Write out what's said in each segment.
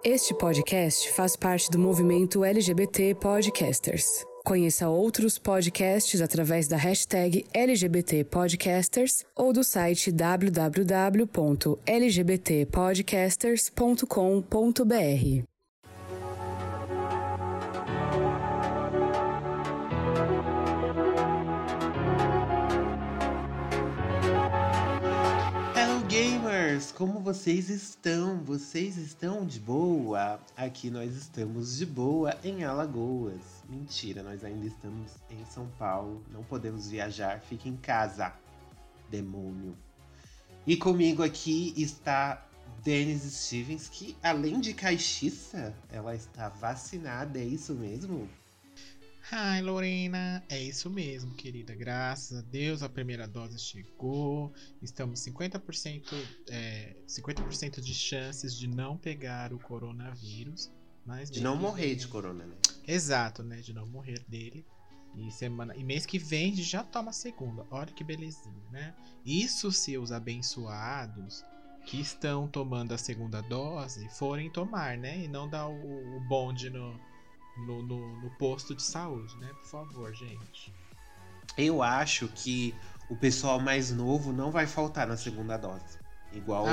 Este podcast faz parte do movimento LGBT Podcasters. Conheça outros podcasts através da hashtag LGBT Podcasters ou do site www.lgbtpodcasters.com.br. Gamers, como vocês estão? Vocês estão de boa? Aqui nós estamos de boa em Alagoas. Mentira, nós ainda estamos em São Paulo. Não podemos viajar, fica em casa, demônio. E comigo aqui está Denise Stevens, que além de caixista, ela está vacinada, é isso mesmo? Hi, Lorena, é isso mesmo, querida, graças a Deus a primeira dose chegou, estamos 50% de chances de não pegar o coronavírus, mas de não morrer de corona, né? Exato, né, de não morrer dele, e mês que vem a gente já toma a segunda, olha que belezinha, né? Isso se os abençoados que estão tomando a segunda dose forem tomar, né, e não dar o bonde no posto de saúde, né? Por favor, gente. Eu acho que o pessoal mais novo não vai faltar na segunda dose. Igual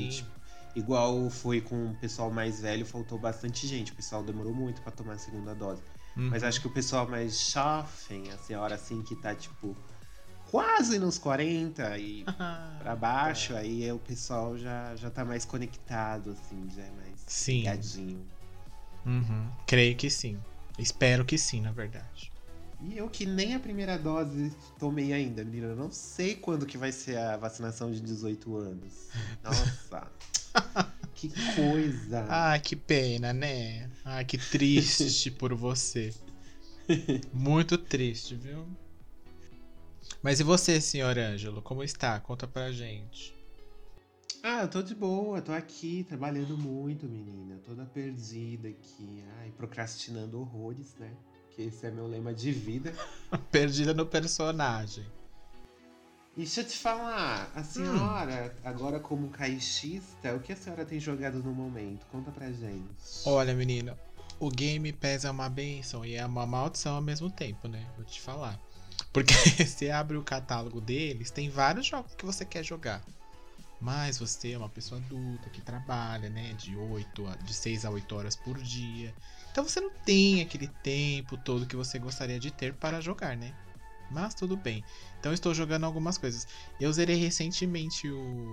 foi com o pessoal mais velho, faltou bastante gente. O pessoal demorou muito pra tomar a segunda dose. Mas acho que o pessoal mais jovem, a senhora assim que tá tipo quase nos 40 e pra baixo, aí o pessoal já tá mais conectado, assim, já é mais ligadinho. Creio que sim. Espero que sim, na verdade. E eu que nem a primeira dose tomei ainda, menina. Eu não sei quando que vai ser a vacinação de 18 anos. Nossa. Que coisa. Ah, que pena, né? Ah, que triste por você. Muito triste, viu? Mas e você, senhor Ângelo? Como está? Conta pra gente. Ah, eu tô de boa, tô aqui trabalhando muito, menina. Toda perdida aqui. Ai, procrastinando horrores, né? Que esse é meu lema de vida. Perdida no personagem. E deixa eu te falar, a senhora, agora como caixista, o que a senhora tem jogado no momento? Conta pra gente. Olha, menina, o Game Pass é uma bênção e é uma maldição ao mesmo tempo, né? Vou te falar. Porque você abre o catálogo deles, tem vários jogos que você quer jogar. Mas você é uma pessoa adulta que trabalha, né, de 6 a 8 horas por dia. Então você não tem aquele tempo todo que você gostaria de ter para jogar, né? Mas tudo bem. Então eu estou jogando algumas coisas. Eu zerei recentemente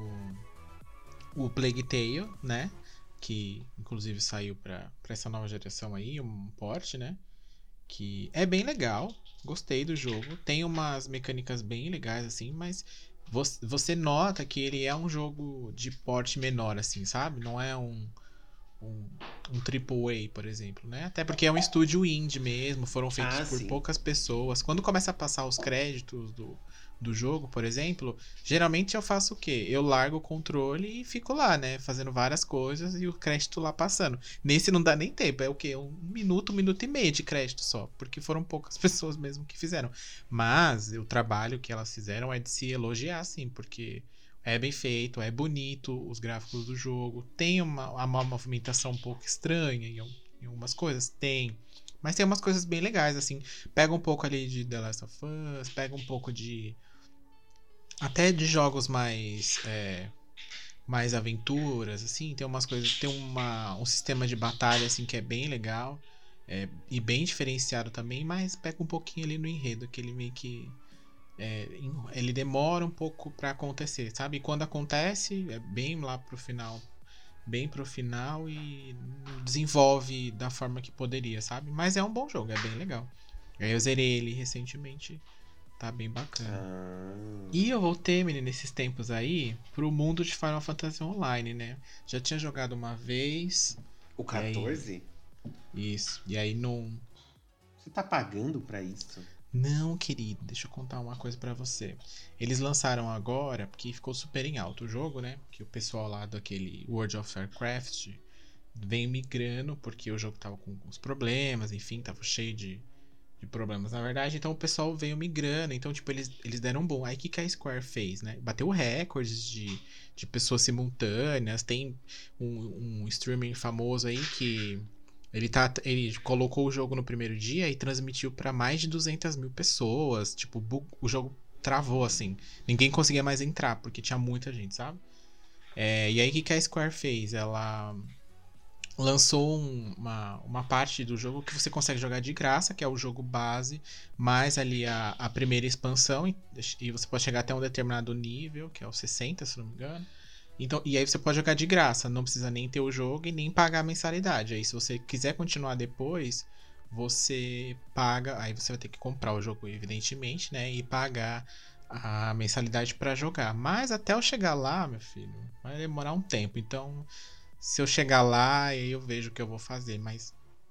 o Plague Tale, né? Que inclusive saiu para essa nova geração aí, um port, né? Que é bem legal. Gostei do jogo. Tem umas mecânicas bem legais, assim, mas você nota que ele é um jogo de porte menor, assim, sabe? Não é um AAA, por exemplo, né? Até porque é um estúdio indie mesmo, foram feitos por poucas pessoas. Quando começa a passar os créditos do jogo, por exemplo, geralmente eu faço o quê? Eu largo o controle e fico lá, né? Fazendo várias coisas e o crédito lá passando. Nesse não dá nem tempo, é o quê? 1 minuto e meio de crédito só, porque foram poucas pessoas mesmo que fizeram. Mas o trabalho que elas fizeram é de se elogiar, sim, porque é bem feito, é bonito os gráficos do jogo, tem uma movimentação um pouco estranha em algumas coisas, tem. Mas tem umas coisas bem legais, assim. Pega um pouco ali de The Last of Us, pega um pouco até de jogos mais aventuras, assim. Tem umas coisas, tem um sistema de batalha, assim, que é bem legal. E bem diferenciado também, mas pega um pouquinho ali no enredo, que ele meio que ele demora um pouco pra acontecer, sabe? E quando acontece, é bem lá pro final, bem pro final e desenvolve da forma que poderia, sabe? Mas é um bom jogo, é bem legal. Eu zerei ele recentemente, tá bem bacana. E eu voltei, menino, nesses tempos aí, pro mundo de Final Fantasy Online, né? Já tinha jogado uma vez. O 14? Isso, e aí não... Você tá pagando pra isso? Não, querido, deixa eu contar uma coisa pra você. Eles lançaram agora, porque ficou super em alto o jogo, né? Que o pessoal lá daquele World of Warcraft vem migrando, porque o jogo tava com alguns problemas, enfim, tava cheio de de problemas, na verdade. Então o pessoal veio migrando. Então, tipo, eles deram um bom. Aí o que a Square fez, né? Bateu recordes de pessoas simultâneas. Tem um streaming famoso aí que ele colocou o jogo no primeiro dia e transmitiu pra mais de 200 mil pessoas. Tipo, o jogo travou, assim. Ninguém conseguia mais entrar, porque tinha muita gente, sabe? E aí o que a Square fez? Ela lançou uma parte do jogo que você consegue jogar de graça, que é o jogo base, mais ali a primeira expansão, e você pode chegar até um determinado nível, que é o 60, se não me engano. Então, e aí você pode jogar de graça, não precisa nem ter o jogo e nem pagar a mensalidade. Aí se você quiser continuar depois, você paga, aí você vai ter que comprar o jogo, evidentemente, né, e pagar a mensalidade pra jogar. Mas até eu chegar lá, meu filho, vai demorar um tempo. Então, se eu chegar lá, aí eu vejo o que eu vou fazer. Mas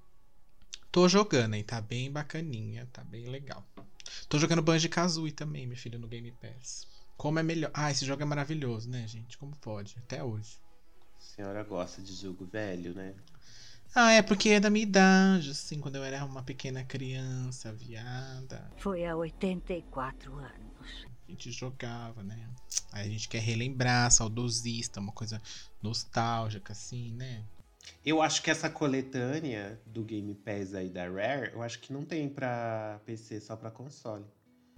tô jogando aí, tá bem bacaninha, tá bem legal. Tô jogando Banjo-Kazooie também, meu filho, no Game Pass. Como é melhor. Ah, esse jogo é maravilhoso, né, gente? Como pode? Até hoje. A senhora gosta de jogo velho, né? Ah, é porque é da minha idade, assim, quando eu era uma pequena criança, viada. Foi há 84 anos. A gente jogava, né? Aí a gente quer relembrar, saudosista, uma coisa nostálgica, assim, né? Eu acho que essa coletânea do Game Pass aí da Rare, eu acho que não tem pra PC, só pra console.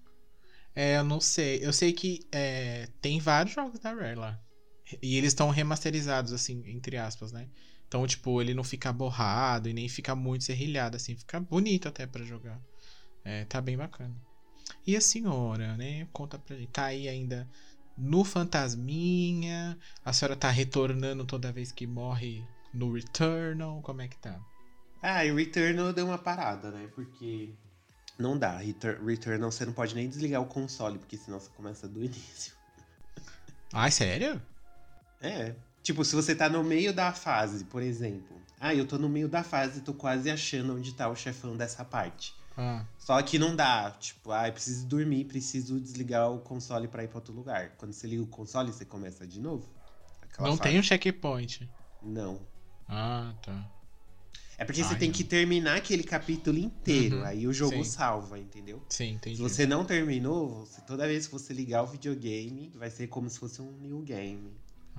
Eu não sei. Eu sei que tem vários jogos da Rare lá. E eles estão remasterizados, assim, entre aspas, né? Então, tipo, ele não fica borrado e nem fica muito serrilhado, assim. Fica bonito até pra jogar. Tá bem bacana. E a senhora, né? Conta pra gente. Tá aí ainda no Fantasminha? A senhora tá retornando toda vez que morre no Returnal? Como é que tá? Ah, e o Returnal deu uma parada, né? Porque não dá. Returnal você não pode nem desligar o console, porque senão você começa do início. Ai, sério? Tipo, se você tá no meio da fase, por exemplo. Ah, eu tô no meio da fase e tô quase achando onde tá o chefão dessa parte. Só que não dá. Tipo, eu preciso dormir, preciso desligar o console pra ir pra outro lugar. Quando você liga o console, você começa de novo. Não tem um checkpoint. Não. Ah, tá. É porque você tem que terminar aquele capítulo inteiro. Aí o jogo Sim. salva, entendeu? Sim, entendi. Se você não terminou, toda vez que você ligar o videogame, vai ser como se fosse um new game.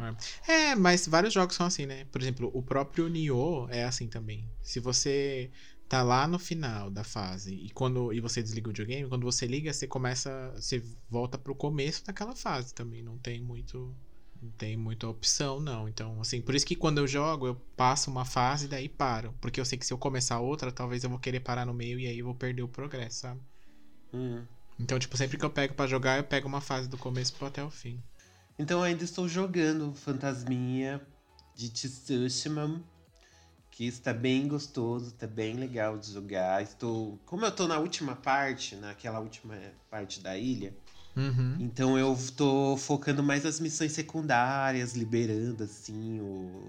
Mas vários jogos são assim, né? Por exemplo, o próprio Nioh é assim também. Se você tá lá no final da fase e você desliga o videogame, quando você liga, você volta pro começo daquela fase também. Não tem muita opção, não. Então, assim, por isso que quando eu jogo, eu passo uma fase e daí paro. Porque eu sei que se eu começar outra, talvez eu vou querer parar no meio e aí eu vou perder o progresso, sabe? Então, tipo, sempre que eu pego pra jogar, eu pego uma fase do começo até o fim. Então, eu ainda estou jogando Fantasminha de Tsushima, que está bem gostoso, tá bem legal de jogar. Como eu tô naquela última parte da ilha, então eu tô focando mais nas missões secundárias, liberando, assim,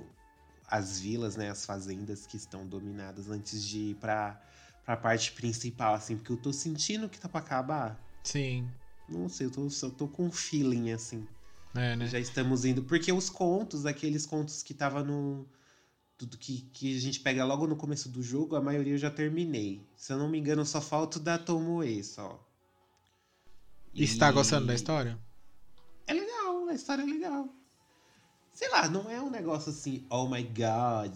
as vilas, né, as fazendas que estão dominadas antes de ir pra parte principal, assim, porque eu tô sentindo que tá pra acabar. Sim. Não sei, eu tô com um feeling, assim. Né? Já estamos indo. Porque os contos, aqueles contos que tava no. Tudo que a gente pega logo no começo do jogo, a maioria eu já terminei. Se eu não me engano, só falta o da Tomoe, só. E você tá gostando da história? É legal, a história é legal. Sei lá, não é um negócio assim, oh my god.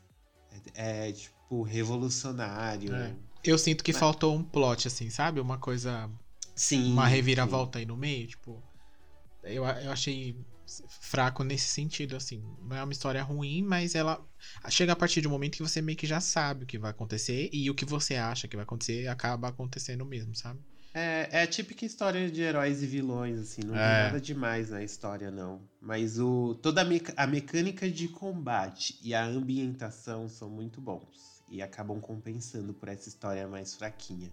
Tipo, revolucionário. Eu sinto que faltou um plot, assim, sabe? Uma coisa. Sim. Uma reviravolta aí no meio, tipo. Eu achei fraco nesse sentido, assim. Não é uma história ruim, mas ela chega a partir de um momento que você meio que já sabe o que vai acontecer e o que você acha que vai acontecer acaba acontecendo mesmo, sabe? É a típica história de heróis e vilões, assim. Não tem nada demais na história, não. Mas toda a mecânica de combate e a ambientação são muito bons. E acabam compensando por essa história mais fraquinha.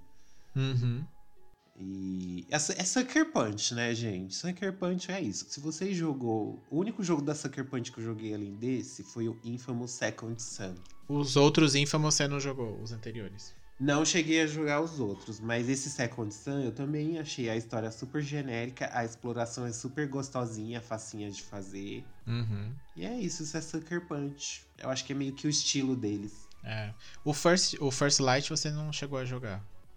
E é Sucker Punch, né, gente? Sucker Punch é isso. Se você jogou... O único jogo da Sucker Punch que eu joguei além desse foi o Infamous Second Son. Os outros Infamous você não jogou, os anteriores? Não cheguei a jogar os outros, mas esse Second Son eu também achei a história super genérica, a exploração é super gostosinha, facinha de fazer. E é isso é Sucker Punch. Eu acho que é meio que o estilo deles. O First Light você não chegou a jogar?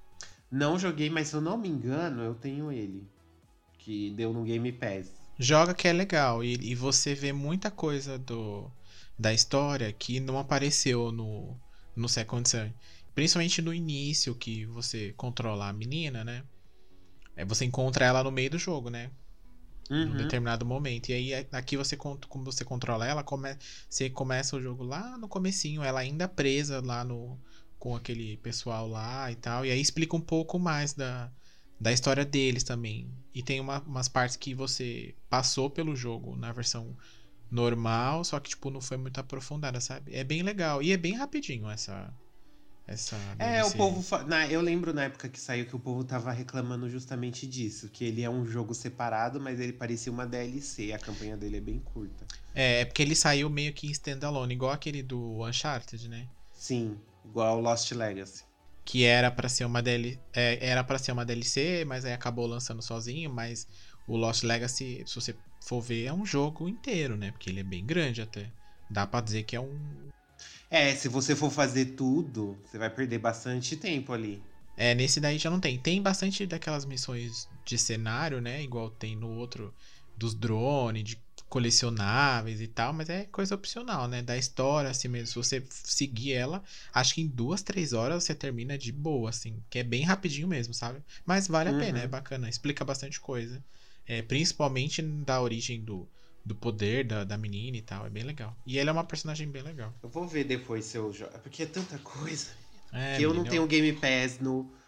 Não joguei, mas se eu não me engano, eu tenho ele. Que deu no Game Pass. Joga que é legal. E você vê muita coisa da história que não apareceu no Second Son. Principalmente no início, que você controla a menina, né? Você encontra ela no meio do jogo, né? Num Uhum. determinado momento. E aí, aqui você, como você controla ela, você começa o jogo lá no comecinho, ela ainda presa lá com aquele pessoal lá e tal. E aí explica um pouco mais da história deles também. E tem umas partes que você passou pelo jogo na versão normal, só que, tipo, não foi muito aprofundada, sabe? É bem legal. E é bem rapidinho essa O DLC. povo. Eu lembro na época que saiu que o povo tava reclamando justamente disso. Que ele é um jogo separado, mas ele parecia uma DLC. A campanha dele é bem curta. É porque ele saiu meio que em standalone, igual aquele do Uncharted, né? Sim, igual Lost Legacy. Que era pra ser uma era para ser uma DLC, mas aí acabou lançando sozinho, mas o Lost Legacy, se você for ver, é um jogo inteiro, né? Porque ele é bem grande até. Dá pra dizer que é um. Se você for fazer tudo, você vai perder bastante tempo ali. Nesse daí já não tem. Tem bastante daquelas missões de cenário, né? Igual tem no outro dos drones, de colecionáveis e tal, mas é coisa opcional, né? Da história, assim mesmo. Se você seguir ela, acho que em 2, 3 horas você termina de boa, assim. Que é bem rapidinho mesmo, sabe? Mas vale a pena, é Uhum. bacana. Explica bastante coisa. Principalmente da origem do poder da menina e tal. É bem legal. E ela é uma personagem bem legal. Eu vou ver depois se eu jogo. Porque é tanta coisa. Que eu não Menino. tenho Game Pass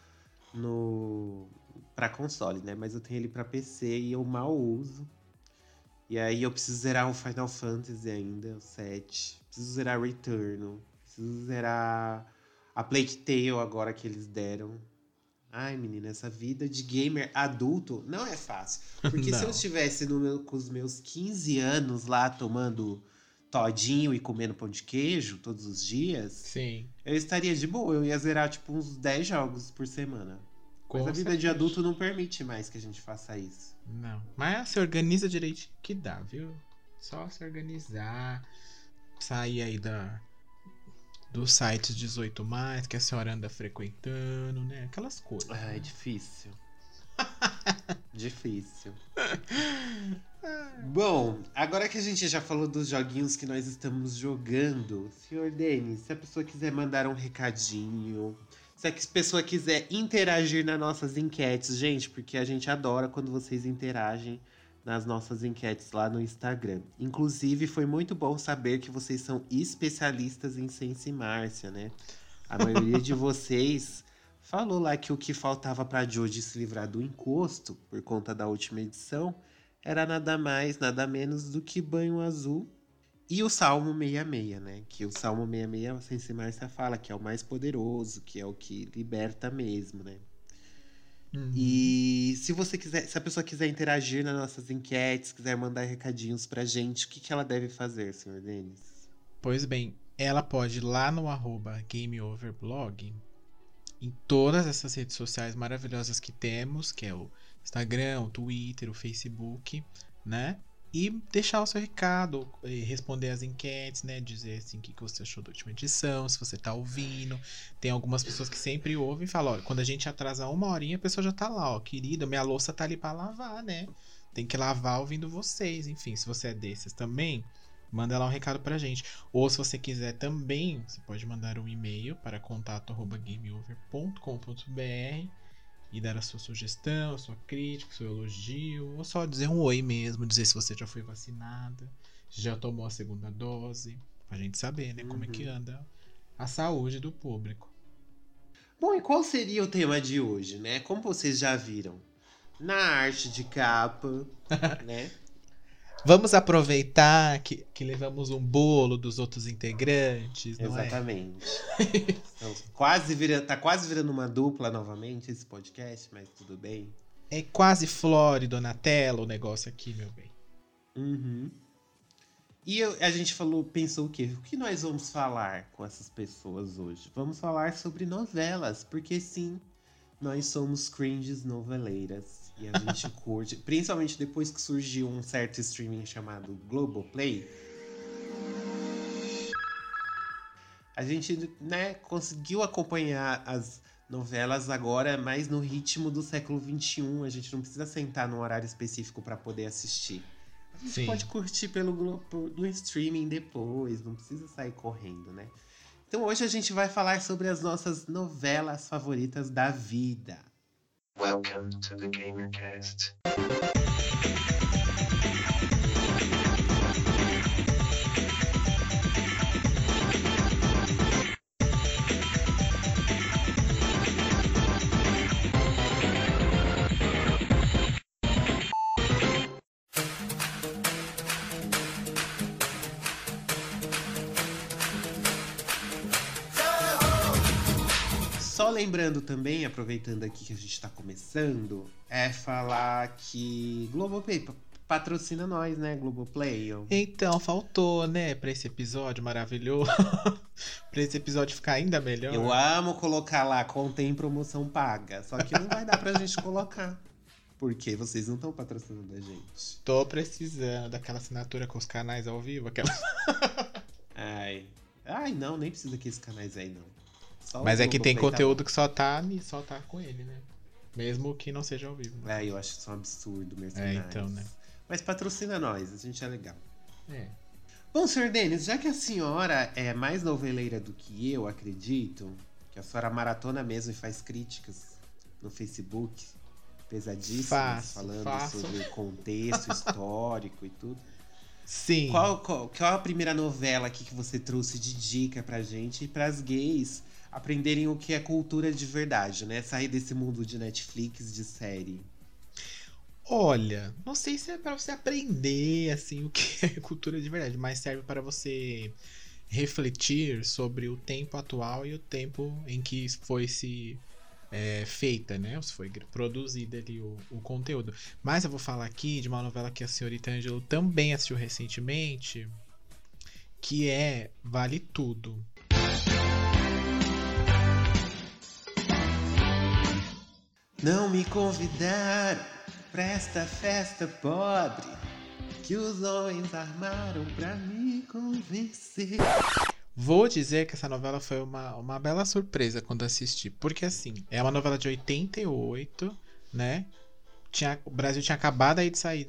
no pra console, né? Mas eu tenho ele pra PC e eu mal uso. E aí eu preciso zerar o Final Fantasy ainda, o 7. Preciso zerar Returnal. Preciso zerar a Plague Tale agora que eles deram. Ai, menina, essa vida de gamer adulto não é fácil. Porque se eu Não. estivesse com os meus 15 anos lá tomando todinho e comendo pão de queijo todos os dias, Sim, eu estaria de boa. Eu ia zerar tipo uns 10 jogos por semana. Mas a com vida de certeza. adulto não permite mais que a gente faça isso. Não. Mas se organiza direitinho que dá, viu? Só se organizar. Sair aí dos sites 18 mais que a senhora anda frequentando, né? Aquelas coisas. Ai, Né? difícil. Difícil. Bom, agora que a gente já falou dos joguinhos que nós estamos jogando, senhor Denis, se a pessoa quiser mandar um recadinho, se a pessoa quiser interagir nas nossas enquetes, gente, porque a gente adora quando vocês interagem nas nossas enquetes lá no Instagram. Inclusive, foi muito bom saber que vocês são especialistas em Sense e Márcia, né? A maioria de vocês falou lá que o que faltava para Joji se livrar do encosto, por conta da última edição, era nada mais, nada menos do que Banho Azul e o Salmo 66, né? Que o Salmo 66, a Sense Márcia fala que é o mais poderoso, que é o que liberta mesmo, né? Uhum. E se você quiser, se a pessoa quiser interagir nas nossas enquetes, quiser mandar recadinhos pra gente, o que ela deve fazer, senhor Denis? Pois bem, ela pode ir lá no @GameOverblog, em todas essas redes sociais maravilhosas que temos, que é o Instagram, o Twitter, o Facebook, né? E deixar o seu recado, responder as enquetes, né? Dizer assim o que você achou da última edição, se você tá ouvindo. Tem algumas pessoas que sempre ouvem e falam, olha, quando a gente atrasar uma horinha, a pessoa já tá lá, ó, querida, minha louça tá ali pra lavar, né? Tem que lavar ouvindo vocês. Enfim, se você é desses também, manda lá um recado pra gente. Ou se você quiser também, você pode mandar um e-mail para contato@gameover.com.br e dar a sua sugestão, a sua crítica, o seu elogio, ou só dizer um oi mesmo, dizer se você já foi vacinada, se já tomou a segunda dose, pra gente saber, né, como é que Uhum. anda a saúde do público. Bom, e qual seria o tema de hoje, né? Como vocês já viram, na arte de capa, né? Vamos aproveitar que levamos um bolo dos outros integrantes, não é? Exatamente. Estamos quase virando, tá quase virando uma dupla novamente esse podcast, mas tudo bem. É quase Flora e Donatello o negócio aqui, meu bem. Uhum. E a gente pensou o quê? O que nós vamos falar com essas pessoas hoje? Vamos falar sobre novelas, porque sim, nós somos cringes noveleiras. E a gente curte, principalmente depois que surgiu um certo streaming chamado Globoplay. A gente, né, conseguiu acompanhar as novelas agora mais no ritmo do século XXI. A gente não precisa sentar num horário específico para poder assistir. A gente Sim. pode curtir no streaming depois, não precisa sair correndo, né? Então hoje a gente vai falar sobre as nossas novelas favoritas da vida. Welcome to the GamerCast. Só lembrando também, aproveitando aqui que a gente tá começando, é falar que Globoplay patrocina nós, né, Globoplay? Então, faltou, né, pra esse episódio maravilhoso. Pra esse episódio ficar ainda melhor. Eu amo colocar lá, contém promoção paga, só que não vai dar pra gente colocar. Porque vocês não estão patrocinando a gente. Tô precisando daquela assinatura com os canais ao vivo, aquela... Ai, não, nem precisa daqueles canais aí, não. Só Mas o é que tem Globoplay conteúdo que só tá com ele, né? Mesmo que não seja ao vivo. Tá... eu acho isso um absurdo, mercenários. Então, né? Mas patrocina nós, a gente é legal. É. Bom, Sr. Denis, já que a senhora é mais noveleira do que eu, acredito, que a senhora maratona mesmo e faz críticas no Facebook, pesadíssimas, falando sobre o contexto histórico e tudo. Sim. Qual a primeira novela aqui que você trouxe de dica pra gente e pras gays aprenderem o que é cultura de verdade, né? Sair desse mundo de Netflix, de série. Olha, não sei se é pra você aprender, assim, o que é cultura de verdade, mas serve para você refletir sobre o tempo atual e o tempo em que foi feita, né? Se foi produzida ali o conteúdo. Mas eu vou falar aqui de uma novela que a senhorita Ângelo também assistiu recentemente, que é Vale Tudo. Não me convidaram pra esta festa pobre que os homens armaram pra me convencer. Vou dizer que essa novela foi uma bela surpresa quando assisti. Porque, assim, é uma novela de 88, né? O Brasil tinha acabado aí de sair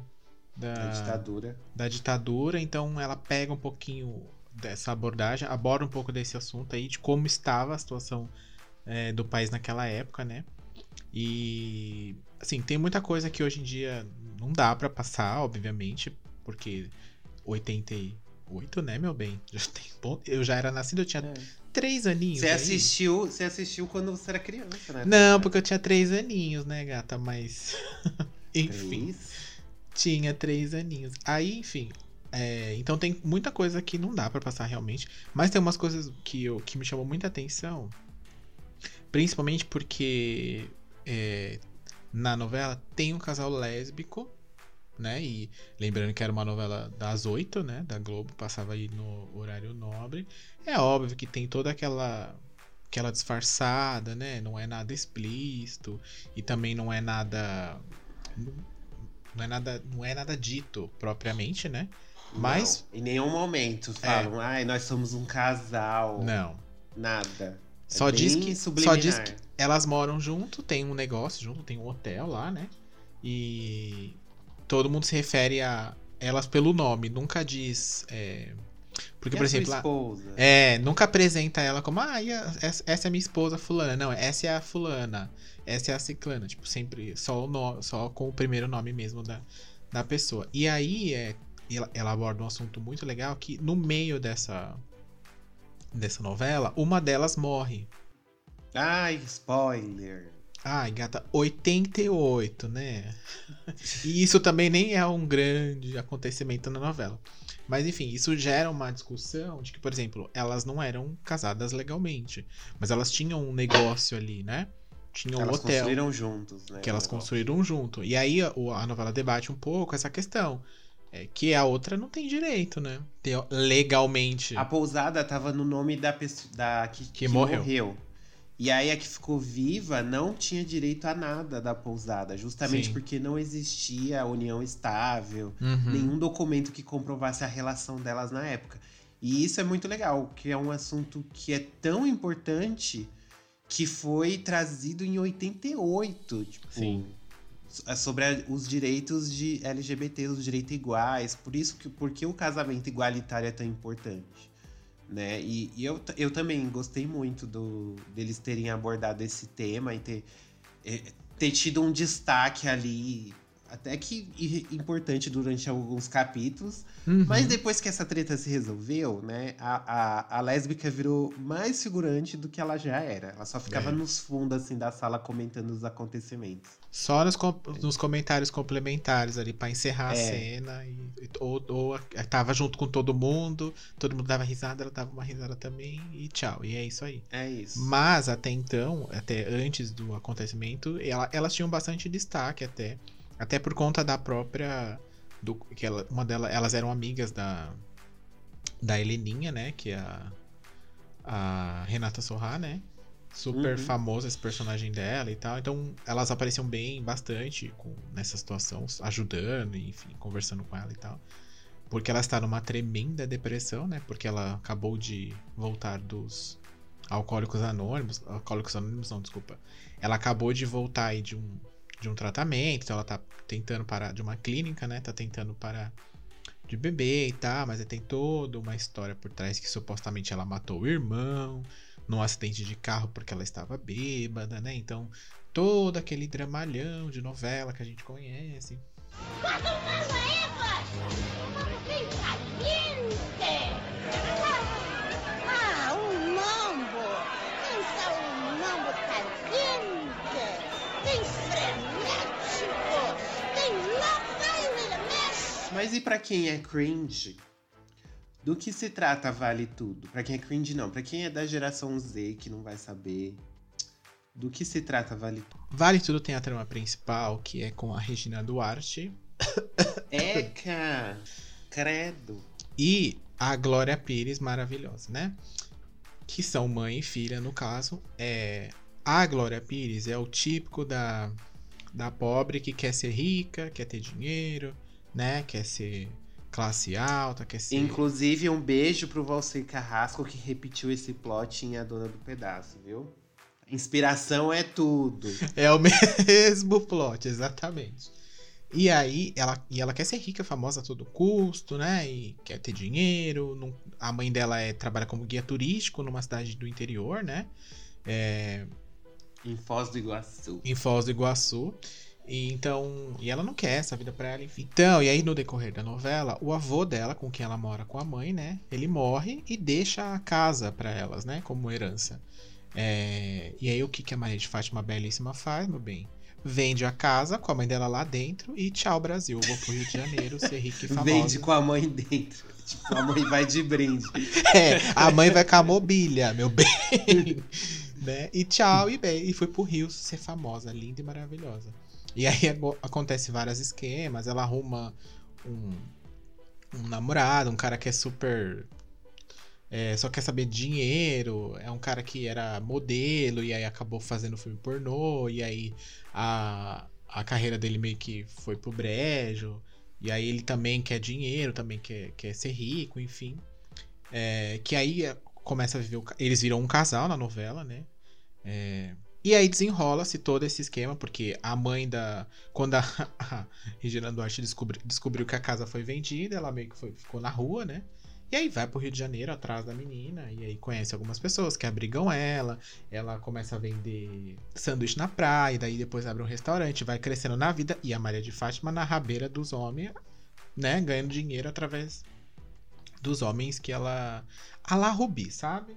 da ditadura. Então, ela pega um pouquinho dessa abordagem, aborda um pouco desse assunto aí, de como estava a situação do país naquela época, né? E, assim, tem muita coisa que hoje em dia não dá pra passar, obviamente, porque 88, né, meu bem? Eu já era nascido, eu tinha 3 aninhos. Você assistiu quando você era criança, né? Não, porque eu tinha 3 aninhos, né, gata? Mas. Enfim. Tinha 3 aninhos. Aí, enfim. Então tem muita coisa que não dá pra passar realmente. Mas tem umas coisas que me chamou muita atenção. Principalmente porque na novela tem um casal lésbico, né? E lembrando que era uma novela das 8, né? Da Globo, passava aí no horário nobre. É óbvio que tem toda aquela disfarçada, né? Não é nada explícito e também não é nada dito propriamente, né? Mas não, em nenhum momento falam, nós somos um casal. Não. Nada. Só diz que elas moram junto, tem um negócio junto, tem um hotel lá, né? E todo mundo se refere a elas pelo nome, nunca diz. Porque, por exemplo, nunca apresenta ela como, essa é minha esposa fulana. Não, essa é a fulana, essa é a ciclana. Tipo, sempre só com o primeiro nome mesmo da pessoa. E aí ela aborda um assunto muito legal que no meio dessa novela, uma delas morre. Ai, spoiler. Ai, gata, 88, né? E isso também nem é um grande acontecimento na novela. Mas enfim, isso gera uma discussão de que, por exemplo, elas não eram casadas legalmente, mas elas tinham um negócio ali, né? Tinham um hotel. Elas construíram juntos, né? Que elas construíram junto. E aí a novela debate um pouco essa questão. Que a outra não tem direito, né? Legalmente. A pousada tava no nome da pessoa que morreu. E aí a que ficou viva não tinha direito a nada da pousada. Justamente porque não existia união estável. Nenhum documento que comprovasse a relação delas na época. E isso é muito legal, que é um assunto que é tão importante que foi trazido em 88, tipo, Sim. sobre os direitos de LGBT, os direitos iguais, porque o casamento igualitário é tão importante, né? E eu também gostei muito deles terem abordado esse tema e ter tido um destaque ali, até que importante durante alguns capítulos. Mas depois que essa treta se resolveu, né, a lésbica virou mais figurante do que ela já era. Ela só ficava nos fundos, assim, da sala comentando os acontecimentos. Só nos comentários complementares ali pra encerrar a cena. Ou tava junto com todo mundo dava risada, ela dava uma risada também e tchau. E é isso aí. É isso. Mas até então, até antes do acontecimento, elas tinham bastante destaque até por conta da própria. Elas eram amigas da Heleninha, né? Que é a Renata Sorrah, né? Super famosa esse personagem dela e tal. Então, elas apareciam bem bastante nessa situação, ajudando, enfim, conversando com ela e tal. Porque ela está numa tremenda depressão, né? Porque ela acabou de voltar dos Alcoólicos Anônimos. Alcoólicos Anônimos, não, desculpa. Ela acabou de voltar aí de um tratamento, então ela tá tentando parar de uma clínica, né? Tá tentando parar de beber e tal, mas tem toda uma história por trás que supostamente ela matou o irmão num acidente de carro porque ela estava bêbada, né? Então, todo aquele dramalhão de novela que a gente conhece. Mas e pra quem é cringe? Do que se trata Vale Tudo? Pra quem é cringe, não. Pra quem é da geração Z, que não vai saber. Do que se trata Vale Tudo? Vale Tudo tem a trama principal, que é com a Regina Duarte. Eca! Credo! E a Glória Pires, maravilhosa, né? Que são mãe e filha, no caso. A Glória Pires é o típico da pobre que quer ser rica, quer ter dinheiro, né? Quer ser classe alta, quer ser... Inclusive, um beijo pro Valcir Carrasco, que repetiu esse plot em A Dona do Pedaço, viu? Inspiração é tudo. É o mesmo plot, exatamente. E aí, ela quer ser rica, famosa a todo custo, né? E quer ter dinheiro. A mãe dela trabalha como guia turístico numa cidade do interior, né? Em Foz do Iguaçu. Em Foz do Iguaçu. E ela não quer essa vida pra ela, enfim. Então, e aí no decorrer da novela, o avô dela, com quem ela mora com a mãe, né? Ele morre e deixa a casa pra elas, né? Como herança. E aí o que a Maria de Fátima Belíssima faz, meu bem? Vende a casa com a mãe dela lá dentro e tchau, Brasil. Eu vou pro Rio de Janeiro ser rica e famosa. Vende com a mãe dentro. Tipo, a mãe vai de brinde. A mãe vai com a mobília, meu bem. Né? E tchau, e foi pro Rio ser famosa, linda e maravilhosa. E aí acontece vários esquemas. Ela arruma um namorado, um cara que é super... só quer saber de dinheiro. É um cara que era modelo e aí acabou fazendo filme pornô. E aí a carreira dele meio que foi pro brejo. E aí ele também quer dinheiro, também quer ser rico, enfim. Que aí começa a viver... Eles viram um casal na novela, né? E aí desenrola-se todo esse esquema, porque a mãe quando a Regina Duarte descobriu que a casa foi vendida, ela meio que ficou na rua, né? E aí vai pro Rio de Janeiro atrás da menina, e aí conhece algumas pessoas que abrigam ela começa a vender sanduíche na praia, daí depois abre um restaurante, vai crescendo na vida, e a Maria de Fátima na rabeira dos homens, né? Ganhando dinheiro através dos homens que ela... A la Rubi, sabe?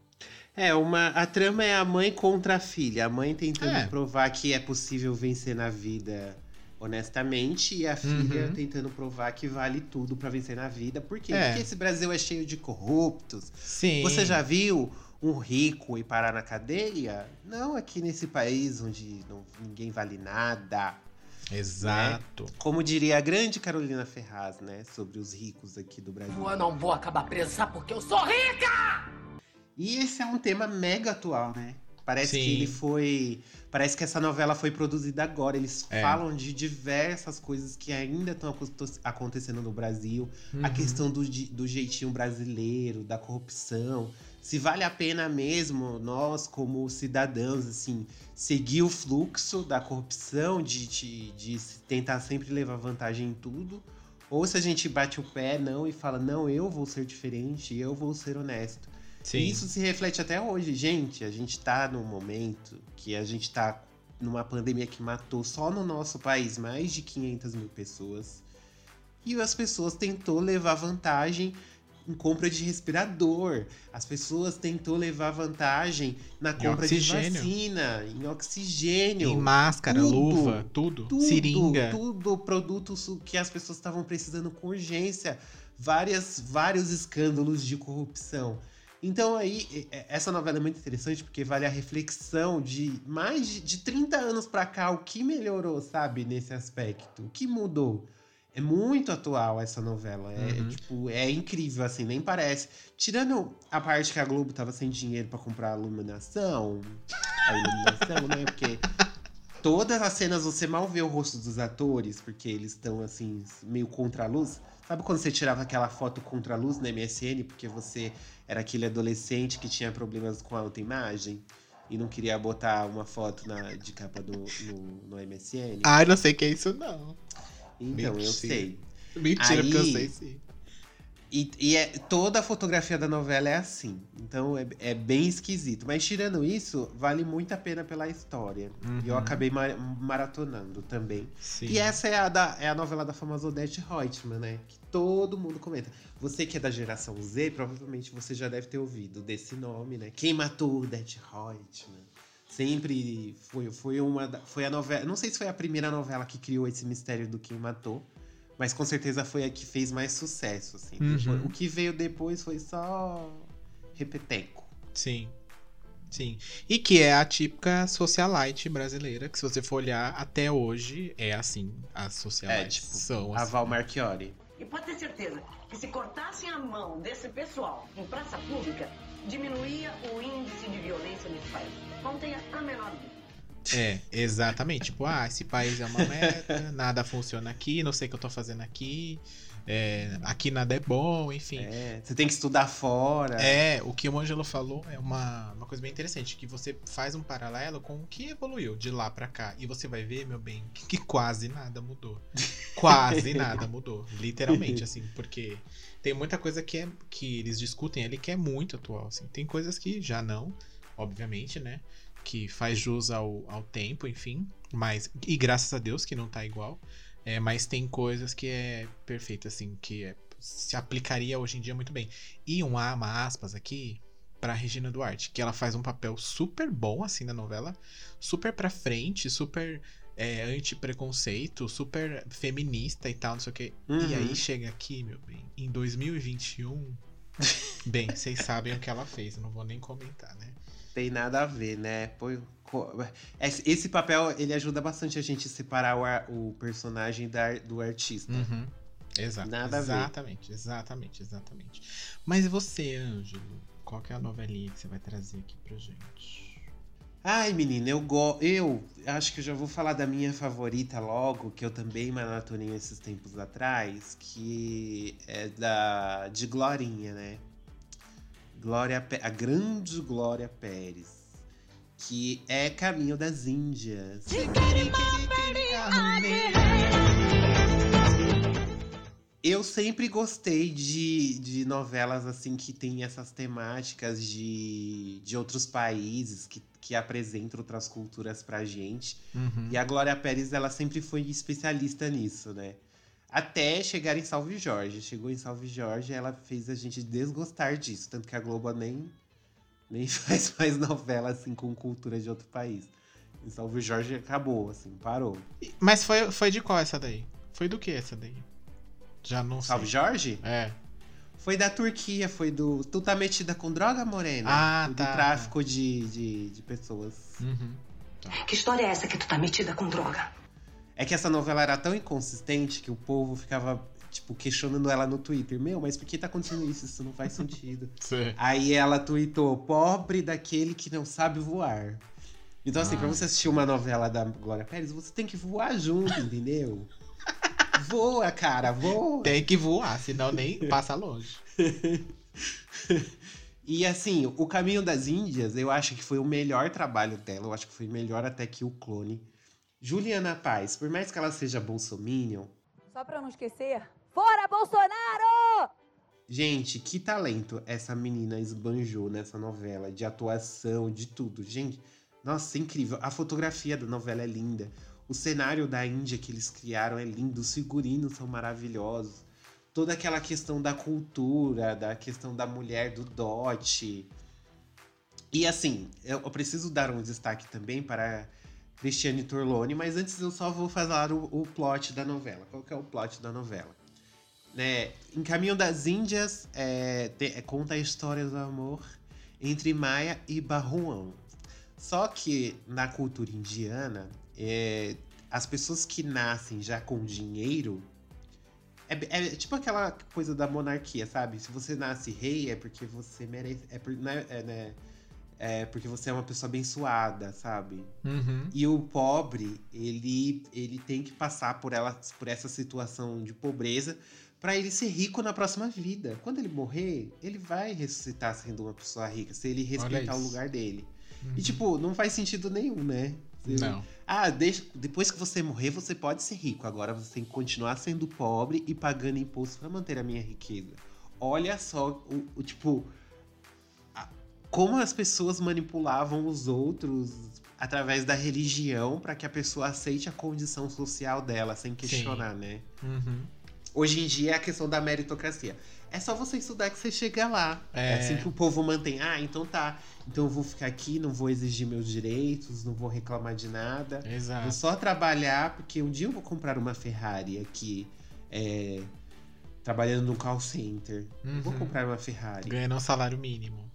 A trama é a mãe contra a filha. A mãe tentando provar que é possível vencer na vida honestamente, e a filha tentando provar que vale tudo pra vencer na vida. Por quê? Porque esse Brasil é cheio de corruptos. Sim. Você já viu um rico ir parar na cadeia? Não aqui nesse país onde ninguém vale nada. Exato. Né? Como diria a grande Carolina Ferraz, né? Sobre os ricos aqui do Brasil. Eu não vou acabar presa porque eu sou rica! E esse é um tema mega atual, né? Parece Sim. que ele foi... Parece que essa novela foi produzida agora. Eles falam de diversas coisas que ainda estão acontecendo no Brasil. A questão do jeitinho brasileiro, da corrupção. se vale a pena mesmo nós, como cidadãos, assim, seguir o fluxo da corrupção, de tentar sempre levar vantagem em tudo, ou se a gente bate o pé, não, e fala, não, eu vou ser diferente, eu vou ser honesto. Sim. E isso se reflete até hoje, gente. A gente tá num momento que a gente tá numa pandemia que matou só no nosso país mais de 500 mil pessoas. E as pessoas tentou levar vantagem em compra de respirador. As pessoas tentou levar vantagem na compra de vacina, em oxigênio. Em máscara, luva, tudo. Seringa. Tudo, produtos que as pessoas estavam precisando com urgência. Vários escândalos de corrupção. Então aí, essa novela é muito interessante porque vale a reflexão de mais de 30 anos pra cá, o que melhorou, sabe, nesse aspecto? O que mudou? É muito atual essa novela. É incrível, assim, nem parece. Tirando a parte que a Globo tava sem dinheiro pra comprar a iluminação, né? Porque todas as cenas você mal vê o rosto dos atores, porque eles estão, assim, meio contra a luz. Sabe quando você tirava aquela foto contra a luz na MSN, porque você era aquele adolescente que tinha problemas com a autoimagem e não queria botar uma foto de capa no MSN? Ai, não sei o que é isso, não. Então, mentira. Eu sei. Mentira, porque eu sei sim. E toda a fotografia da novela é assim. Então é bem esquisito. Mas tirando isso, vale muito a pena pela história. E eu acabei maratonando também. Sim. E essa é a novela da famosa Odete Roitman, né? Que todo mundo comenta. Você que é da geração Z, provavelmente você já deve ter ouvido desse nome, né? Quem matou Odete Roitman? Sempre foi a novela. Não sei se foi a primeira novela que criou esse mistério do quem matou, mas com certeza foi a que fez mais sucesso, assim. O que veio depois foi só repeteco. Sim. Sim. E que é a típica socialite brasileira, que se você for olhar até hoje, é assim. As socialites são assim. A Val Marchiori. E pode ter certeza que se cortassem a mão desse pessoal em praça pública, diminuía o índice de violência nesse país. Não tenha a menor dúvida. Exatamente. Tipo, esse país é uma merda, nada funciona aqui, não sei o que eu tô fazendo aqui, aqui nada é bom, enfim. Você tem que estudar fora. O que o Ângelo falou é uma coisa bem interessante, que você faz um paralelo com o que evoluiu de lá pra cá. E você vai ver, meu bem, que quase nada mudou. Quase nada mudou. Literalmente, assim, porque tem muita coisa que eles discutem ali que é muito atual, assim. Tem coisas que já não, obviamente, né? Que faz jus ao tempo, enfim. E graças a Deus que não tá igual. Mas tem coisas que é perfeito, assim, que se aplicaria hoje em dia muito bem. E uma aspas aqui pra Regina Duarte, que ela faz um papel super bom, assim, na novela. Super pra frente, super anti-preconceito, super feminista e tal, não sei o quê. E aí chega aqui, meu bem, em 2021... Bem, vocês sabem o que ela fez, eu não vou nem comentar, né? Tem nada a ver, né? Esse papel, ele ajuda bastante a gente separar o personagem do artista. Exato. Nada a ver. Exatamente. Mas e você, Ângelo? Qual que é a novelinha que você vai trazer aqui pra gente? Ai, menina, eu acho que eu já vou falar da minha favorita logo, que eu também maratonei esses tempos atrás, que é de Glorinha, né? A grande Glória Pérez, que é Caminho das Índias. Eu sempre gostei de novelas assim que tem essas temáticas de outros países, que apresentam outras culturas pra gente. E a Glória Pérez, ela sempre foi especialista nisso, né? Até chegar em Salve Jorge. Chegou em Salve Jorge, ela fez a gente desgostar disso. Tanto que a Globo nem faz mais novela assim com cultura de outro país. Em Salve Jorge acabou, assim, parou. Mas foi de qual essa daí? Foi do que essa daí? Já não sei. Salve Jorge? Foi da Turquia, foi do... Tu tá metida com droga, morena? Do tráfico de pessoas. Que história é essa que tu tá metida com droga? É que essa novela era tão inconsistente que o povo ficava, tipo, questionando ela no Twitter. Mas por que tá acontecendo isso? Isso não faz sentido. Aí ela tweetou, pobre daquele que não sabe voar. Então, assim, pra você assistir uma novela da Glória Pérez, você tem que voar junto, entendeu? Voa, cara, voa. Tem que voar, senão nem passa longe. E assim, O Caminho das Índias, eu acho que foi o melhor trabalho dela. Eu acho que foi melhor até que O Clone. Juliana Paz, por mais que ela seja bolsominion... Só pra eu não esquecer, fora Bolsonaro! Gente, que talento essa menina esbanjou nessa novela, de atuação, de tudo. Gente, nossa, incrível. A fotografia da novela é linda. O cenário da Índia que eles criaram é lindo. Os figurinos são maravilhosos. Toda aquela questão da cultura, da questão da mulher, do dote. E assim, eu preciso dar um destaque também para Cristiane Torlone, mas antes eu só vou falar o plot da novela. Qual que é o plot da novela? Né, em Caminho das Índias, conta a história do amor entre Maia e Barruão. Só que na cultura indiana, as pessoas que nascem já com dinheiro... É tipo aquela coisa da monarquia, sabe? Se você nasce rei, é porque você merece... É porque você é uma pessoa abençoada, sabe? Uhum. E o pobre, ele tem que passar por essa situação de pobreza pra ele ser rico na próxima vida. Quando ele morrer, ele vai ressuscitar sendo uma pessoa rica, se ele respeitar o lugar dele. Uhum. E tipo, não faz sentido nenhum, né? Não. Depois que você morrer, você pode ser rico. Agora você tem que continuar sendo pobre e pagando imposto pra manter a minha riqueza. Olha só, como as pessoas manipulavam os outros através da religião pra que a pessoa aceite a condição social dela, sem questionar, Sim. né? Uhum. Hoje em dia é a questão da meritocracia. É só você estudar que você chega lá. É assim que o povo mantém. Então tá. Então eu vou ficar aqui, não vou exigir meus direitos, não vou reclamar de nada. Exato. Vou só trabalhar, porque um dia eu vou comprar uma Ferrari aqui, trabalhando num call center. Uhum. Eu vou comprar uma Ferrari. Ganhando um salário mínimo.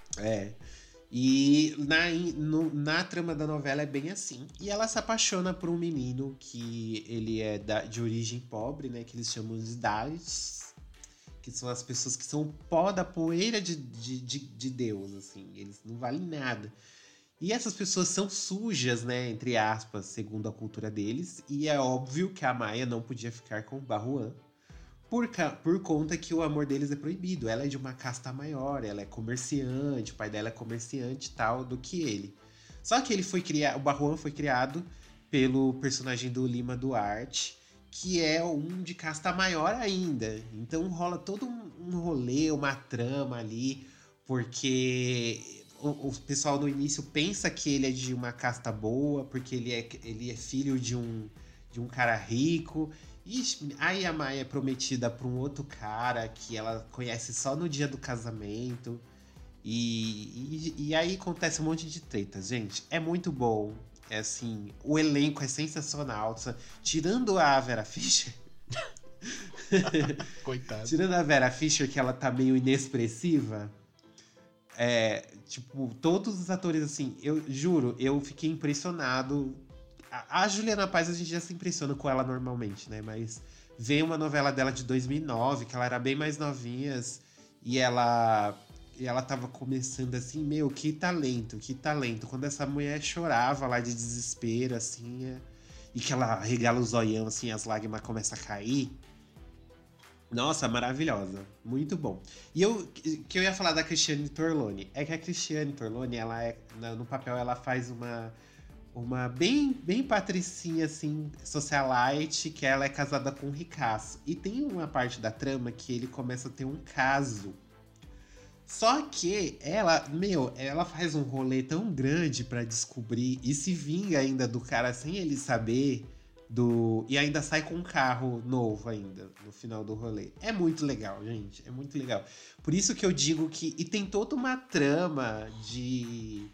E na trama da novela é bem assim. E ela se apaixona por um menino que ele é de origem pobre, né? Que eles chamam de Dalits. Que são as pessoas que são pó da poeira de Deus, assim. Eles não valem nada. E essas pessoas são sujas, né? Entre aspas, segundo a cultura deles. E é óbvio que a Maia não podia ficar com o Barruan. Por conta que o amor deles é proibido. Ela é de uma casta maior, ela é comerciante, o pai dela é comerciante e tal, do que ele. Só que o Barruan foi criado pelo personagem do Lima Duarte, que é um de casta maior ainda. Então rola todo um rolê, uma trama ali, porque o pessoal no início pensa que ele é de uma casta boa, porque ele é filho de um cara rico. Ixi, aí a Maia é prometida pra um outro cara que ela conhece só no dia do casamento. E aí acontece um monte de tretas, gente. É muito bom. É assim, o elenco é sensacional. Tirando a Vera Fischer. Coitada. Tirando a Vera Fischer, que ela tá meio inexpressiva. Todos os atores, assim, eu juro, eu fiquei impressionado. A Juliana Paz, a gente já se impressiona com ela normalmente, né? Mas vem uma novela dela de 2009, que ela era bem mais novinha, e ela tava começando assim, meu, que talento. Quando essa mulher chorava lá de desespero, assim, e que ela regala o zoião, assim, as lágrimas começam a cair. Nossa, maravilhosa. Muito bom. E que eu ia falar da Cristiane Torlone. É que a Cristiane Torlone, no papel, ela faz uma bem patricinha, assim, socialite, que ela é casada com um ricaço. E tem uma parte da trama que ele começa a ter um caso. Só que ela faz um rolê tão grande pra descobrir e se vinga ainda do cara sem ele saber e ainda sai com um carro novo ainda no final do rolê. É muito legal, gente. É muito legal. Por isso que eu digo que... E tem toda uma trama de...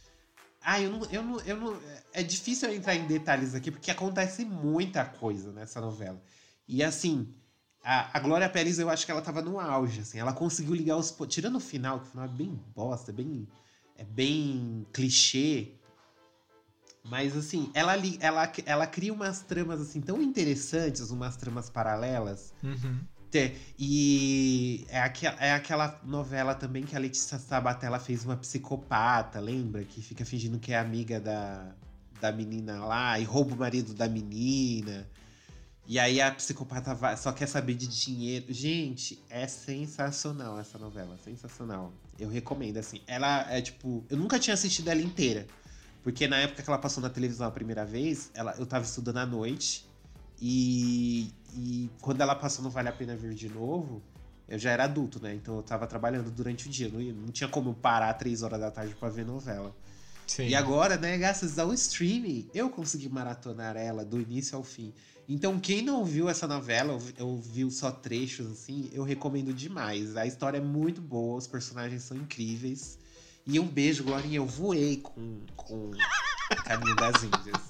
É difícil eu entrar em detalhes aqui, porque acontece muita coisa nessa novela. E assim, a Glória Pérez, eu acho que ela tava no auge, assim. Ela conseguiu ligar os... Tirando o final, que o final é bem bosta, é bem clichê. Mas assim, ela cria umas tramas assim tão interessantes, umas tramas paralelas. Uhum. E é aquela novela também que a Letícia Sabatella fez uma psicopata, lembra? Que fica fingindo que é amiga da menina lá e rouba o marido da menina. E aí a psicopata só quer saber de dinheiro. Gente, é sensacional essa novela, sensacional. Eu recomendo, assim. Ela é tipo... Eu nunca tinha assistido ela inteira. Porque na época que ela passou na televisão a primeira vez, eu tava estudando à noite. E quando ela passou no Vale a Pena Ver de novo, eu já era adulto, né? Então eu tava trabalhando durante o dia. Não tinha como eu parar 3 horas da tarde pra ver novela. Sim. E agora, né, graças ao streaming, eu consegui maratonar ela do início ao fim. Então, quem não viu essa novela, ou viu só trechos, assim, eu recomendo demais. A história é muito boa, os personagens são incríveis. E um beijo, Glorinha, eu voei com Caminho das Índias.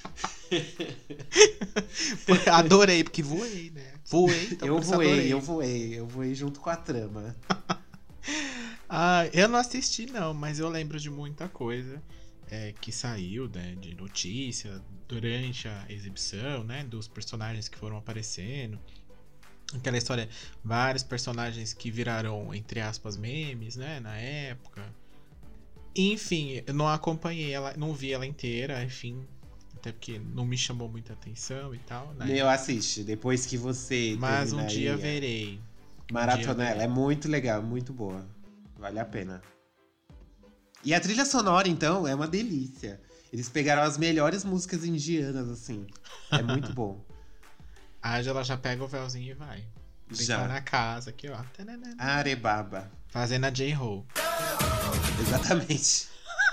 Adorei, porque voei, né? Voei, então eu voei junto com a trama. Eu não assisti, não, mas eu lembro de muita coisa que saiu, né, de notícia durante a exibição, né, dos personagens que foram aparecendo. Aquela história, vários personagens que viraram, entre aspas, memes, né, na época. Enfim, eu não acompanhei ela, não vi ela inteira, enfim, até porque não me chamou muita atenção e tal, né? Meu, assiste, depois que você Mas um dia verei. Maratona ela, é muito legal, muito boa. Vale a pena. E a trilha sonora, então, é uma delícia. Eles pegaram as melhores músicas indianas, assim. É muito bom. A Angela já pega o véuzinho e vai. Já. Tá na casa aqui, ó. Arebaba. Fazendo a J-Ho. Exatamente.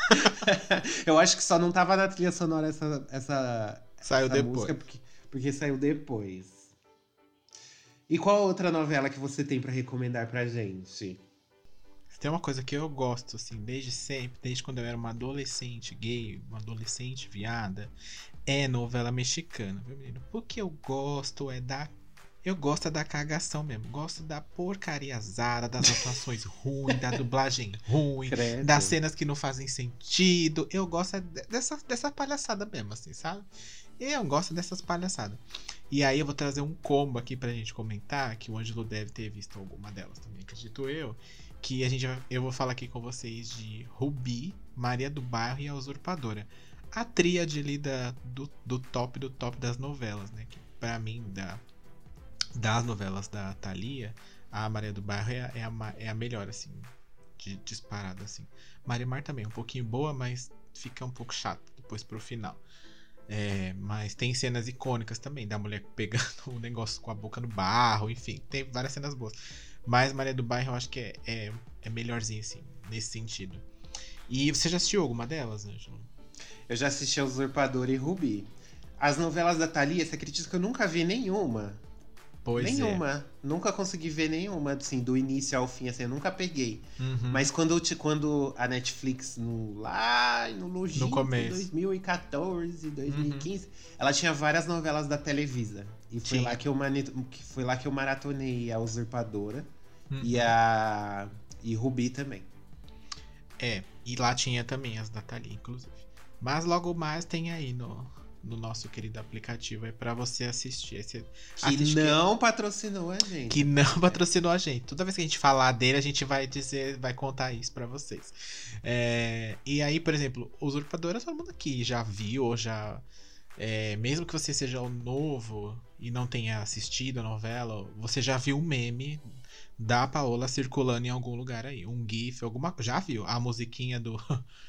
Eu acho que só não tava na trilha sonora essa depois. música porque saiu depois. E qual outra novela que você tem pra recomendar pra gente? Tem uma coisa que eu gosto, assim, desde sempre, desde quando eu era uma adolescente gay, uma adolescente viada, é novela mexicana, viu, menino? Porque eu gosto da cagação mesmo. Gosto da porcariazada, das atuações ruins, da dublagem ruim, Credo. Das cenas que não fazem sentido. Eu gosto dessa palhaçada mesmo, assim, sabe? Eu gosto dessas palhaçadas. E aí eu vou trazer um combo aqui pra gente comentar, que o Ângelo deve ter visto alguma delas também, acredito eu. Que eu vou falar aqui com vocês de Rubi, Maria do Bairro e a Usurpadora. A tríade ali do top das novelas, né? Que pra mim, das novelas da Thalia, a Maria do Bairro é a melhor, assim, disparada, assim. Marimar também, um pouquinho boa, mas fica um pouco chato depois pro final. Mas tem cenas icônicas também, da mulher pegando o negócio com a boca no barro, enfim, tem várias cenas boas. Mas Maria do Bairro eu acho que é melhorzinho, assim, nesse sentido. E você já assistiu alguma delas, Ângelo? Eu já assisti a Usurpadora e Rubi. As novelas da Thalia, você acredita que eu nunca vi nenhuma? Pois nenhuma. Nunca consegui ver nenhuma, assim, do início ao fim, assim, eu nunca peguei. Uhum. Mas quando a Netflix, lá no longínquo, 2014, 2015, ela tinha várias novelas da Televisa. E foi lá que eu maratonei a Usurpadora e Rubi também. E lá tinha também as da Thalia, inclusive. Mas logo mais tem aí no nosso querido aplicativo aí pra você assistir. Não patrocinou a gente. Que não patrocinou a gente. Toda vez que a gente falar dele, a gente vai contar isso pra vocês. E aí, por exemplo, Usurpadora, todo mundo aqui já viu, ou já... mesmo que você seja o novo e não tenha assistido a novela, você já viu um meme da Paola circulando em algum lugar aí. Um gif, alguma coisa. Já viu a musiquinha do...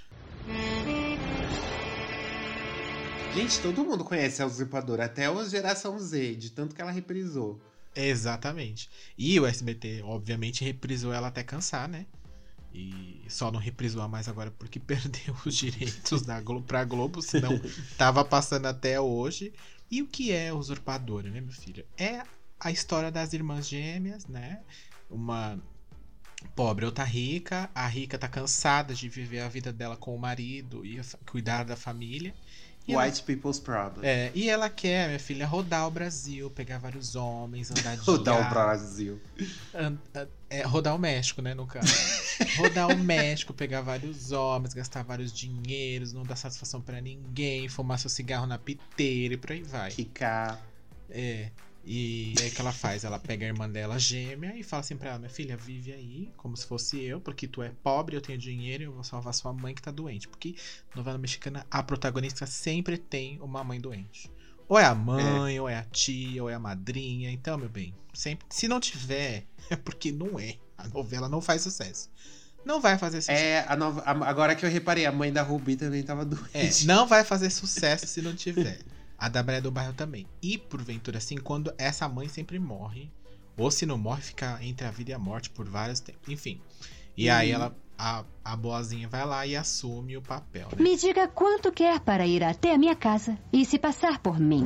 Gente, todo mundo conhece a Usurpadora, até a geração Z, de tanto que ela reprisou. Exatamente. E o SBT, obviamente, reprisou ela até cansar, né? E só não reprisou mais agora porque perdeu os direitos da Globo pra Globo, senão tava passando até hoje. E o que é Usurpadora, né, meu filho? É a história das irmãs gêmeas, né? Uma pobre, outra rica. A rica tá cansada de viver a vida dela com o marido e cuidar da família. White people's problem. E ela quer, minha filha, rodar o Brasil, pegar vários homens, andar de rodar o Brasil. Rodar o México, né, no caso. Rodar o México, pegar vários homens, gastar vários dinheiros, não dar satisfação pra ninguém, fumar seu cigarro na piteira e por aí vai. Quicar. E aí o que ela faz? Ela pega a irmã dela gêmea e fala assim pra ela: minha filha, vive aí como se fosse eu, porque tu é pobre, eu tenho dinheiro e eu vou salvar sua mãe que tá doente. Porque novela mexicana, a protagonista sempre tem uma mãe doente. Ou é a mãe, ou é a tia, ou é a madrinha. Então, meu bem, sempre, se não tiver, é porque não é. A novela não faz sucesso. Não vai fazer sucesso. Agora que eu reparei, a mãe da Rubi também tava doente. Não vai fazer sucesso se não tiver. A da Maria do Bairro também. E, porventura, assim, quando essa mãe sempre morre, ou se não morre, fica entre a vida e a morte por vários tempos. Enfim. E aí a boazinha vai lá e assume o papel, né? Me diga quanto quer para ir até a minha casa e se passar por mim.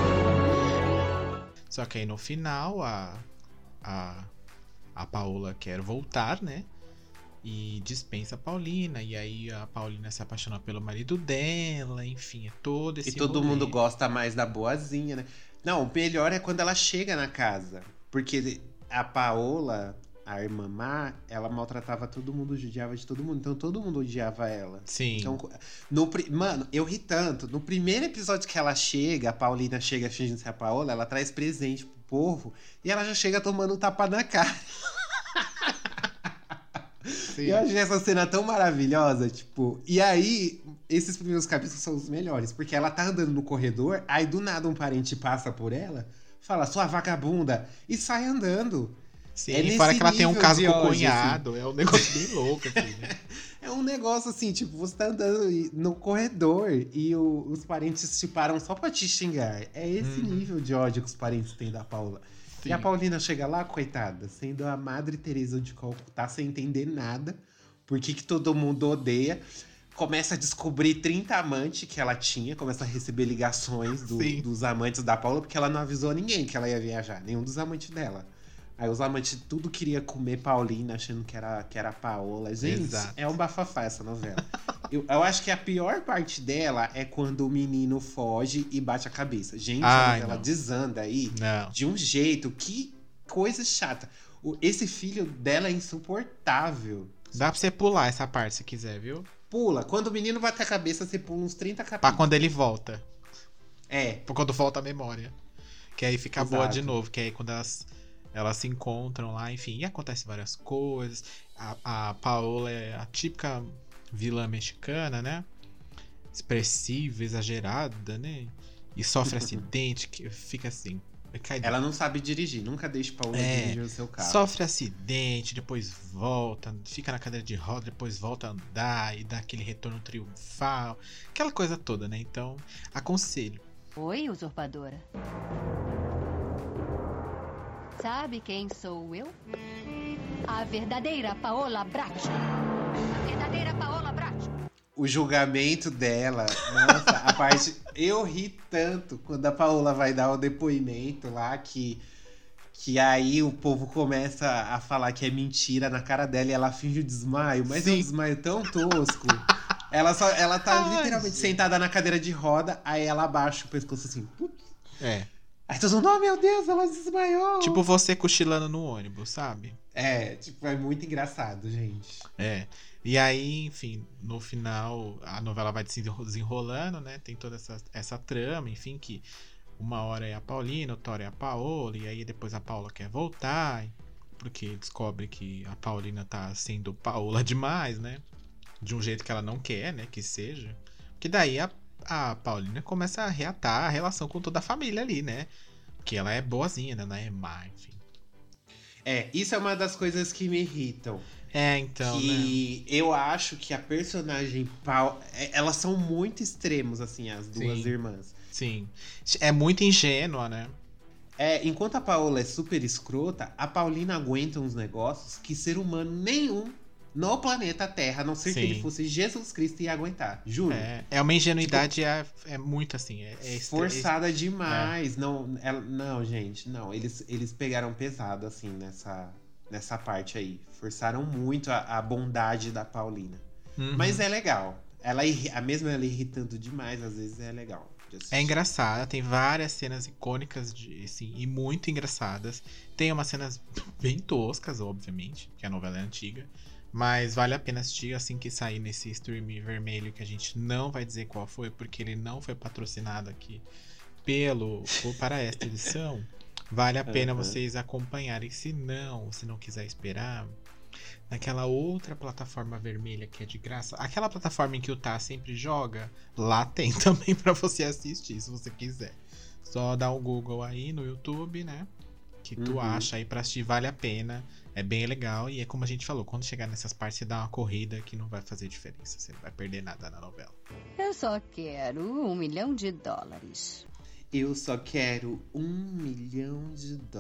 Só que aí no final a Paola quer voltar, né? E dispensa a Paulina. E aí a Paulina se apaixona pelo marido dela. Enfim, é todo esse E todo rolê. mundo gosta mais da boazinha, né? Não, o melhor é quando ela chega na casa. Porque a Paola, a irmã má, ela maltratava todo mundo, judiava de todo mundo. Então todo mundo odiava ela. Sim. Então, mano, eu ri tanto. No primeiro episódio que ela chega, a Paulina chega fingindo ser a Paola, ela traz presente pro povo. E ela já chega tomando um tapa na cara. Sim. Eu achei essa cena tão maravilhosa, tipo... E aí, esses primeiros capítulos são os melhores. Porque ela tá andando no corredor, aí do nada um parente passa por ela, fala, sua vagabunda, e sai andando. Sim, É fora que ela tem um nível caso de com o ódio, cunhado. É um negócio bem louco, assim, né? É um negócio assim, tipo, você tá andando no corredor e os parentes te param só pra te xingar. É esse nível de ódio que os parentes têm da Paula. Sim. E a Paulina chega lá, coitada, sendo a Madre Teresa de Calcutá, sem entender nada. Por que todo mundo odeia. Começa a descobrir 30 amantes que ela tinha. Começa a receber ligações dos amantes da Paula, porque ela não avisou ninguém que ela ia viajar. Nenhum dos amantes dela. Aí os amantes tudo queria comer Paulina, achando que era Paola. Gente, Exato. É um bafafá essa novela. Eu acho que a pior parte dela é quando o menino foge e bate a cabeça. Gente, a novela desanda aí de um jeito. Que coisa chata. Esse filho dela é insuportável. Dá pra você pular essa parte se quiser, viu? Pula. Quando o menino bate a cabeça, você pula uns 30 capítulos. Pra quando ele volta. É. Pra quando volta a memória. Que aí fica Exato. boa de novo. Que aí quando elas se encontram lá, enfim, e acontece várias coisas. A Paola é a típica vilã mexicana, né? Expressiva, exagerada, né? E sofre acidente, que fica assim. Ela não sabe dirigir, nunca deixe Paola dirigir o seu carro. Sofre acidente, depois volta, fica na cadeira de roda, depois volta a andar e dá aquele retorno triunfal. Aquela coisa toda, né? Então, aconselho. Oi, usurpadora. Sabe quem sou eu? A verdadeira Paola Bracho. A verdadeira Paola Bracho. O julgamento dela, nossa, a parte... Eu ri tanto quando a Paola vai dar o depoimento lá, que aí o povo começa a falar que é mentira na cara dela e ela finge o desmaio, mas é um desmaio tão tosco. Ela tá literalmente sentada na cadeira de roda, aí ela abaixa o pescoço assim. Putz. Aí todo mundo, oh meu Deus, ela desmaiou. Tipo você cochilando no ônibus, sabe? É muito engraçado, gente. E aí, enfim, no final a novela vai se desenrolando, né? Tem toda essa trama, enfim, que uma hora é a Paulina, outra hora é a Paola, e aí depois a Paola quer voltar, porque descobre que a Paulina tá sendo Paola demais, né? De um jeito que ela não quer, né? Que seja. Porque daí a Paulina começa a reatar a relação com toda a família ali, né? Porque ela é boazinha, né? Ela é má, enfim. Isso é uma das coisas que me irritam. Então, que eu acho que a personagem elas são muito extremos, assim, as duas irmãs. Sim. É muito ingênua, né? Enquanto a Paola é super escrota, a Paulina aguenta uns negócios que ser humano nenhum no planeta Terra, a não ser que ele fosse Jesus Cristo, ia aguentar. Juro. É uma ingenuidade, é muito assim. Forçada demais. Não, gente, não. Eles pegaram pesado, assim, nessa parte aí. Forçaram muito a bondade da Paulina. Mas é legal. Mesmo ela irritando demais, às vezes é legal. É engraçada, tem várias cenas icônicas assim, e muito engraçadas. Tem umas cenas bem toscas, obviamente, porque a novela é antiga. Mas vale a pena assistir assim que sair nesse stream vermelho, que a gente não vai dizer qual foi, porque ele não foi patrocinado aqui para esta edição. Vale a pena vocês acompanharem. Se não quiser esperar, naquela outra plataforma vermelha que é de graça, aquela plataforma em que o Tá sempre joga, lá tem também pra você assistir, se você quiser. Só dá um Google aí no YouTube, né? Que tu acha aí pra assistir, vale a pena. É bem legal. E é como a gente falou, quando chegar nessas partes, você dá uma corrida que não vai fazer diferença. Você não vai perder nada na novela. Eu só quero $1 milhão. Eu só quero $1 milhão.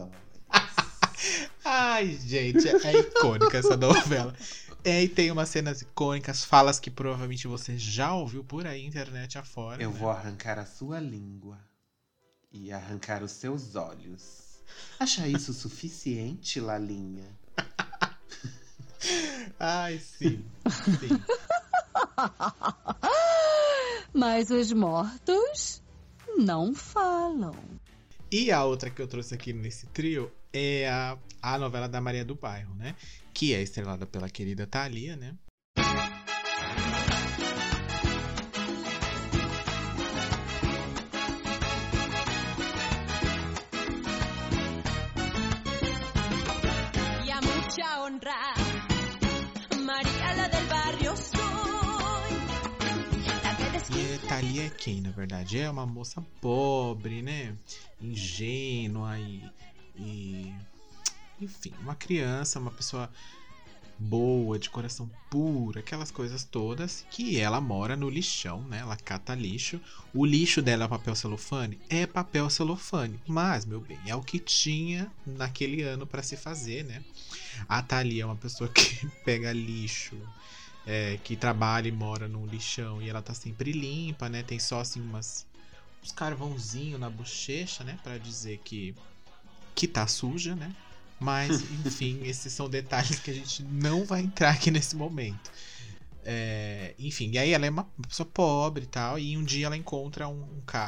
Ai, gente, é icônica essa novela. E tem umas cenas icônicas, falas que provavelmente você já ouviu por aí, internet afora. Eu vou arrancar a sua língua e arrancar os seus olhos. Acha isso suficiente, Lalinha? Ai, sim. Mas os mortos não falam. E a outra que eu trouxe aqui nesse trio é a novela da Maria do Bairro, né? Que é estrelada pela querida Thalia, né? Y a mucha honra, María la del barrio soy. E Thalia é quem, na verdade? É uma moça pobre, né? Ingênua e enfim, uma criança, uma pessoa boa, de coração puro, aquelas coisas todas, que ela mora no lixão, né? Ela cata lixo. O lixo dela é papel celofane? É papel celofane, mas, meu bem, é o que tinha naquele ano para se fazer, né? A Thalia é uma pessoa que pega lixo, que trabalha e mora num lixão, e ela tá sempre limpa, né? Tem só assim uns carvãozinhos na bochecha, né? Pra dizer que tá suja, né? Mas, enfim, esses são detalhes que a gente não vai entrar aqui nesse momento. Enfim, e aí ela é uma pessoa pobre e tal, e um dia ela encontra um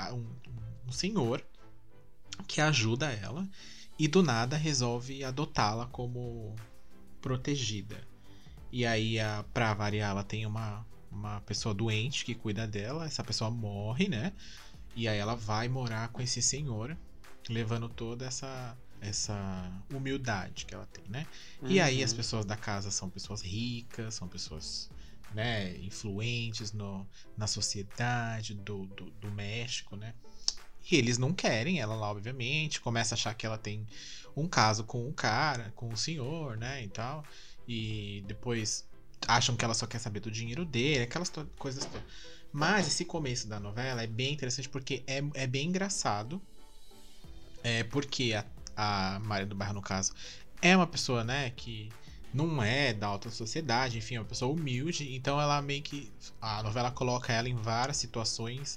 senhor que ajuda ela, e do nada resolve adotá-la como protegida. E aí, pra variar, ela tem uma pessoa doente que cuida dela, essa pessoa morre, né? E aí ela vai morar com esse senhor, levando toda essa humildade que ela tem, né? E aí as pessoas da casa são pessoas ricas, são pessoas, né, influentes na sociedade do México, né? E eles não querem ela lá, obviamente. Começa a achar que ela tem um caso com o cara, com o senhor, né, e tal. E depois acham que ela só quer saber do dinheiro dele, aquelas coisas todas. Mas esse começo da novela é bem interessante porque é bem engraçado. Porque a Maria do Bairro, no caso, é uma pessoa, né, que não é da alta sociedade, enfim, é uma pessoa humilde. Então ela meio que... A novela coloca ela em várias situações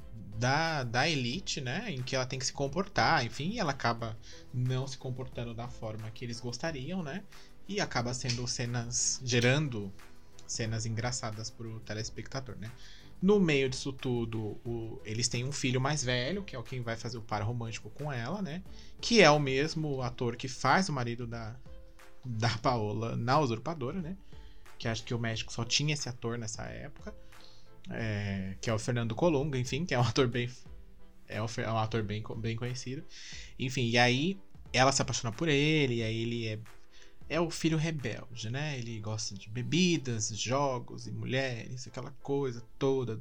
da elite, né, em que ela tem que se comportar, enfim, e ela acaba não se comportando da forma que eles gostariam, né, e acaba gerando cenas engraçadas pro telespectador, né. No meio disso tudo, eles têm um filho mais velho, que é quem vai fazer o par romântico com ela, né? Que é o mesmo ator que faz o marido da Paola na Usurpadora, né? Que acho que o México só tinha esse ator nessa época. Que é o Fernando Colunga, enfim, que é um ator bem... É um ator bem conhecido. Enfim, e aí ela se apaixona por ele, e aí ele é o filho rebelde, né? Ele gosta de bebidas, jogos e mulheres, aquela coisa toda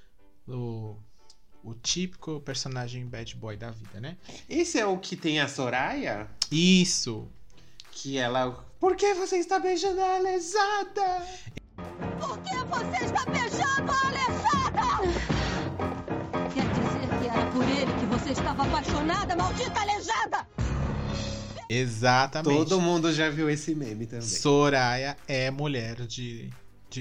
o típico personagem bad boy da vida, né? Esse é o que tem a Soraya? Isso! Que ela... Por que você está beijando a Alejada? Por que você está beijando a Alejada? Quer dizer que era por ele que você estava apaixonada, maldita Alejada? Exatamente. Todo mundo já viu esse meme também. Soraya é mulher de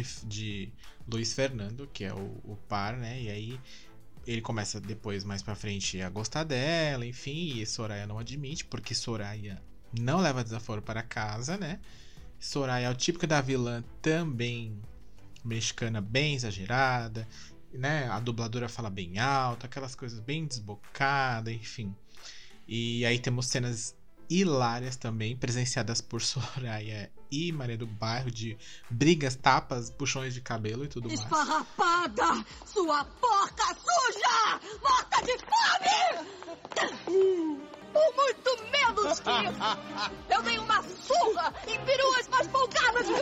Luiz Fernando, que é o par, né? E aí ele começa depois, mais pra frente, a gostar dela, enfim. E Soraya não admite, porque Soraya não leva desaforo para casa, né? Soraya é o típico da vilã também mexicana, bem exagerada, né? A dubladora fala bem alto, aquelas coisas bem desbocadas, enfim. E aí temos cenas hilárias também, presenciadas por Soraya e Maria do Bairro, de brigas, tapas, puxões de cabelo e tudo mais. Esfarrapada! Sua porca suja! Morta de fome! Ou muito menos que isso! Eu dei uma surra em peruas mais folgadas que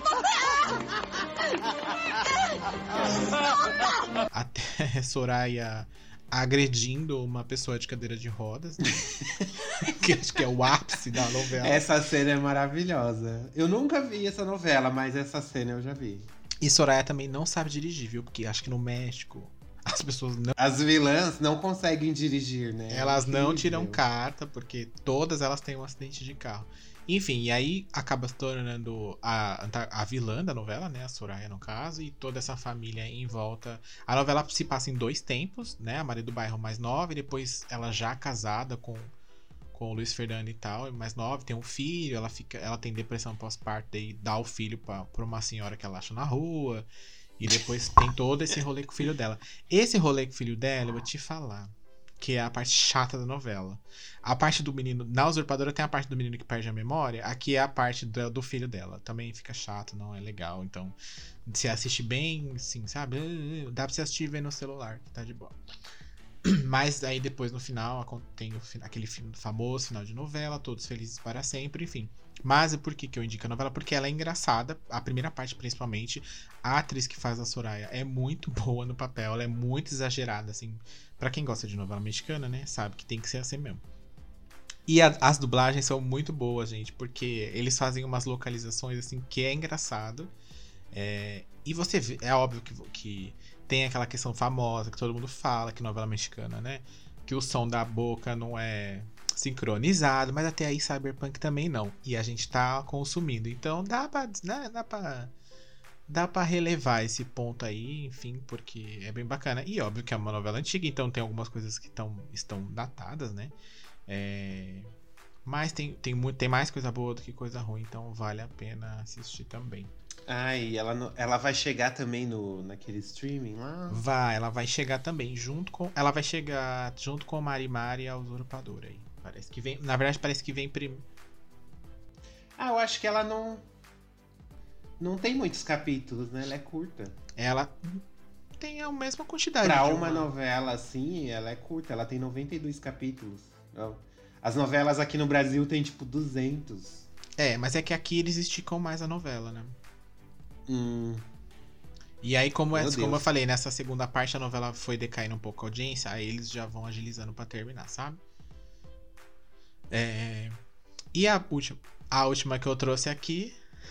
você! Até Soraya agredindo uma pessoa de cadeira de rodas, né? Que acho que é o ápice da novela. Essa cena é maravilhosa. Eu nunca vi essa novela, mas essa cena eu já vi. E Soraya também não sabe dirigir, viu? Porque acho que no México as pessoas não... As vilãs não conseguem dirigir, né? Elas não Incrível. tiram carta, porque todas elas têm um acidente de carro. Enfim, e aí acaba se tornando a vilã da novela, né? A Soraya, no caso, e toda essa família em volta. A novela se passa em 2 tempos, né? A Maria do Bairro mais nova, e depois ela já casada com o Luiz Fernando e tal, mais nova, tem um filho, ela tem depressão pós-parto e dá o filho pra uma senhora que ela acha na rua. E depois tem todo esse rolê com o filho dela. Esse rolê com o filho dela, eu vou te falar, que é a parte chata da novela. A parte do menino... Na Usurpadora tem a parte do menino que perde a memória. Aqui é a parte do filho dela. Também fica chato, não é legal. Então, você assiste bem, assim, sabe? Dá pra você assistir vendo no celular, que tá de boa. Mas aí depois, no final, tem aquele famoso final de novela, todos felizes para sempre, enfim. Mas por que eu indico a novela? Porque ela é engraçada, a primeira parte principalmente. A atriz que faz a Soraya é muito boa no papel, ela é muito exagerada, assim. Pra quem gosta de novela mexicana, né, sabe que tem que ser assim mesmo. E as dublagens são muito boas, gente, porque eles fazem umas localizações, assim, que é engraçado. E você vê, é óbvio que tem aquela questão famosa que todo mundo fala, que novela mexicana, né? Que o som da boca não é sincronizado, mas até aí Cyberpunk também não. E a gente tá consumindo. Então dá pra relevar esse ponto aí, enfim, porque é bem bacana. E óbvio que é uma novela antiga, então tem algumas coisas que estão datadas, né? Mas tem mais coisa boa do que coisa ruim, então vale a pena assistir também. E ela vai chegar também naquele streaming lá? Ela vai chegar também ela vai chegar junto com Marimar e a Usurpadora aí. Parece que vem, na verdade parece que vem primeiro. Eu acho que ela não tem muitos capítulos, né? Ela é curta. Ela tem a mesma quantidade. Pra uma novela assim, ela é curta. Ela tem 92 capítulos. As novelas aqui no Brasil tem tipo 200. Mas é que aqui eles esticam mais a novela, né? E aí, como eu falei, nessa segunda parte a novela foi decaindo um pouco a audiência, aí eles já vão agilizando pra terminar, sabe? E a última que eu trouxe aqui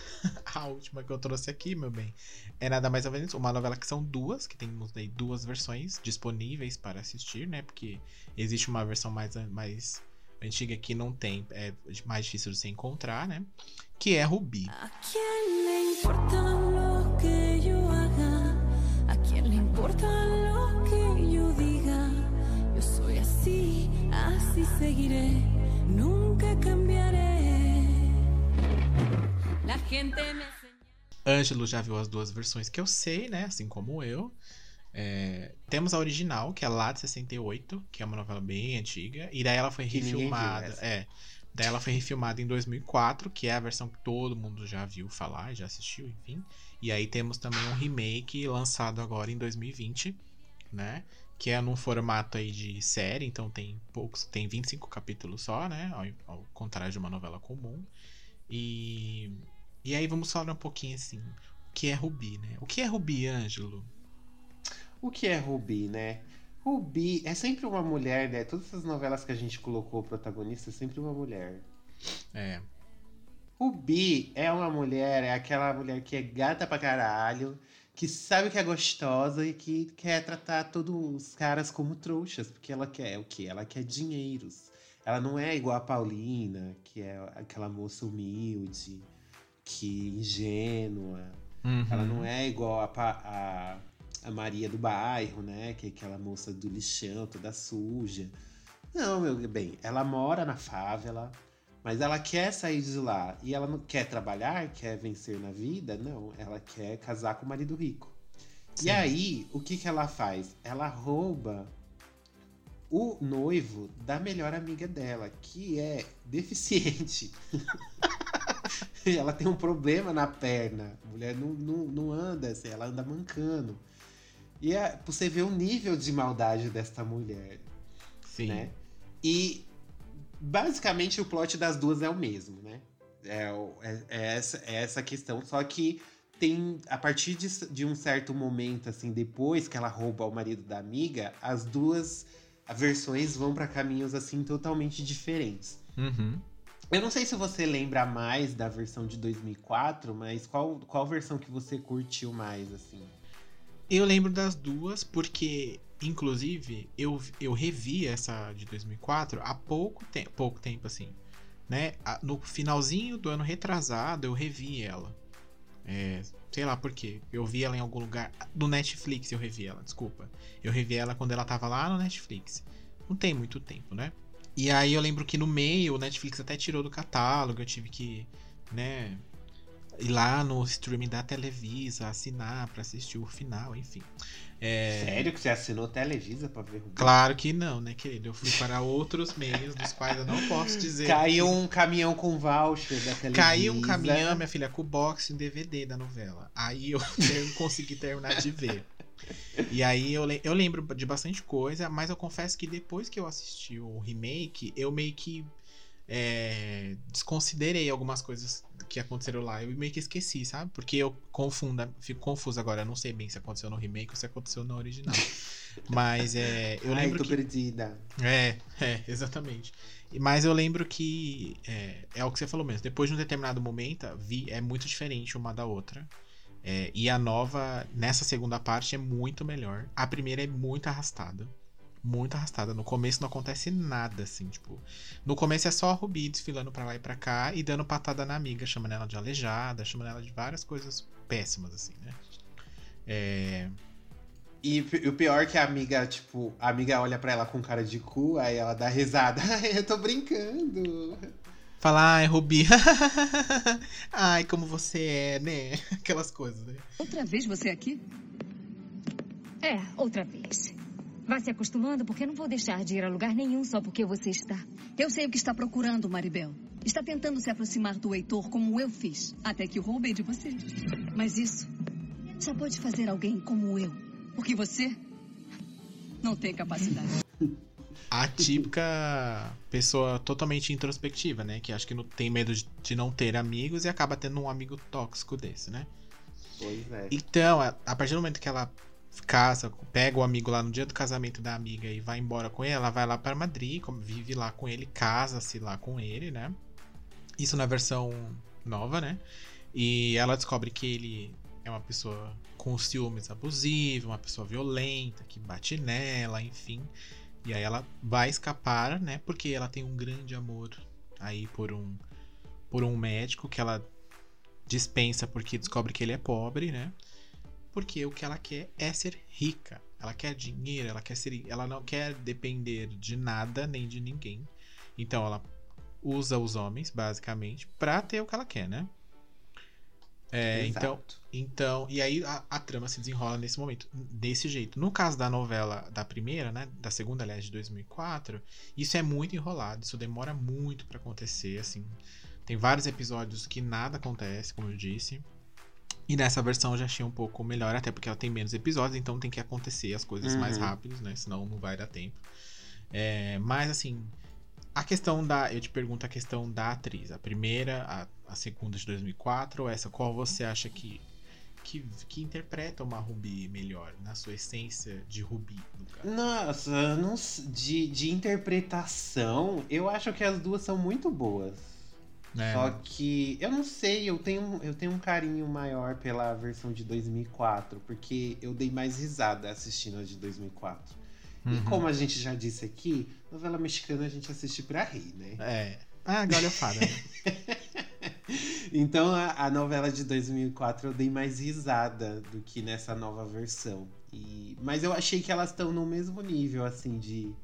meu bem, é nada mais ou menos uma novela que são duas, que temos aí 2 versões disponíveis para assistir, né? Porque existe uma versão mais antiga que não tem, é mais difícil de se encontrar, né? Que é Rubi. A quem le importa lo que eu haga? A quem le importa lo que eu diga? Eu sou assim, assim seguiré, nunca cambiaré. La gente me Ângelo já viu as 2 versões que eu sei, né? Assim como eu. Temos a original, que é lá de 68, que é uma novela bem antiga. E daí ela foi refilmada. Daí ela foi refilmada em 2004, que é a versão que todo mundo já viu falar, já assistiu, enfim. E aí temos também um remake lançado agora em 2020, né? Que é num formato aí de série, então tem 25 capítulos só, né? Ao contrário de uma novela comum. E aí vamos falar um pouquinho assim, o que é Rubi, né? O que é Rubi, Ângelo? O que é Rubi, né? Rubi é sempre uma mulher, né? Todas essas novelas que a gente colocou protagonista é sempre uma mulher. Rubi é uma mulher, é aquela mulher que é gata pra caralho, que sabe que é gostosa e que quer tratar todos os caras como trouxas, porque ela quer o quê? Ela quer dinheiros. Ela não é igual a Paulina, que é aquela moça humilde, que ingênua. Ela não é igual a Maria do Bairro, né? Que é aquela moça do lixão, toda suja. Não, meu bem, ela mora na favela, mas ela quer sair de lá. E ela não quer trabalhar, quer vencer na vida? Não, ela quer casar com o marido rico. Sim. E aí, o que ela faz? Ela rouba o noivo da melhor amiga dela, que é deficiente. Ela tem um problema na perna. A mulher não anda, assim, ela anda mancando. E você vê o nível de maldade desta mulher. Sim. Né? E basicamente o plot das duas é o mesmo, né? É essa questão, só que tem, a partir de um certo momento, assim, depois que ela rouba o marido da amiga, as duas versões vão pra caminhos, assim, totalmente diferentes. Uhum. Eu não sei se você lembra mais da versão de 2004, mas qual versão que você curtiu mais, assim? Eu lembro das duas porque, inclusive, eu revi essa de 2004 há pouco tempo, assim, né? No finalzinho do ano retrasado, eu revi ela. Sei lá por quê. Eu vi ela em algum lugar. No Netflix eu revi ela, desculpa. Eu revi ela quando ela tava lá no Netflix. Não tem muito tempo, né? E aí eu lembro que no meio o Netflix até tirou do catálogo. Eu tive que, né, ir lá no streaming da Televisa, assinar pra assistir o final, enfim. Sério que você assinou Televisa pra ver Rubi? Claro que não, né, querido? Eu fui para outros meios, dos quais eu não posso dizer. Caiu um caminhão com voucher da Televisa. Caiu um caminhão, minha filha, com o box e um DVD da novela. Aí eu consegui terminar de ver. E aí eu lembro de bastante coisa, mas eu confesso que depois que eu assisti o remake, eu meio que desconsiderei algumas coisas que aconteceram lá. Eu meio que esqueci, sabe? Porque eu fico confuso agora. Eu não sei bem se aconteceu no remake ou se aconteceu no original. Mas eu lembro que... perdida. Exatamente. Mas eu lembro que é o que você falou mesmo. Depois de um determinado momento, é muito diferente uma da outra. E a nova, nessa segunda parte, é muito melhor. A primeira é muito arrastada. Muito arrastada. No começo não acontece nada, assim, tipo... No começo é só a Rubi desfilando pra lá e pra cá e dando patada na amiga, chamando ela de aleijada, chamando ela de várias coisas péssimas, assim, né? E o pior é que a amiga olha pra ela com cara de cu, aí ela dá risada. Eu tô brincando. Fala, ai, Rubi. Ai, como você é, né? Aquelas coisas, né? Outra vez você aqui? Outra vez. Vá se acostumando, porque não vou deixar de ir a lugar nenhum só porque você está. Eu sei o que está procurando, Maribel. Está tentando se aproximar do Heitor como eu fiz, até que o roubei de você. Mas isso só pode fazer alguém como eu, porque você não tem capacidade. A típica pessoa totalmente introspectiva, né? Que acho que não tem medo de não ter amigos e acaba tendo um amigo tóxico desse, né? Pois é. Então, a partir do momento que ela casa, pega o amigo lá no dia do casamento da amiga e vai embora com ele, ela vai lá para Madrid, vive lá com ele, casa-se lá com ele, né? Isso na versão nova, né? E ela descobre que ele é uma pessoa com ciúmes abusivo, uma pessoa violenta, que bate nela, enfim. E aí ela vai escapar, né? Porque ela tem um grande amor aí por um médico que ela dispensa porque descobre que ele é pobre, né? Porque o que ela quer é ser rica. Ela quer dinheiro, ela não quer depender de nada nem de ninguém. Então ela usa os homens, basicamente, pra ter o que ela quer, né? Então, e aí a trama se desenrola nesse momento, desse jeito. No caso da novela, da primeira, né? Da segunda, aliás, de 2004, isso é muito enrolado, isso demora muito pra acontecer, assim. Tem vários episódios que nada acontece, como eu disse. E nessa versão eu já achei um pouco melhor, até porque ela tem menos episódios, então tem que acontecer as coisas mais rápido, né? Senão não vai dar tempo. Mas assim, eu te pergunto a questão da atriz. A primeira, a segunda de 2004, ou essa, qual você acha que interpreta uma Rubi melhor, na sua essência de Rubi, no caso? Nossa, de interpretação, eu acho que as duas são muito boas. Só que, eu não sei, eu tenho um carinho maior pela versão de 2004, porque eu dei mais risada assistindo a de 2004. E como a gente já disse aqui, novela mexicana a gente assiste pra rir, né? Galhofada, né? Então a novela de 2004 eu dei mais risada do que nessa nova versão. Mas eu achei que elas estão no mesmo nível, assim,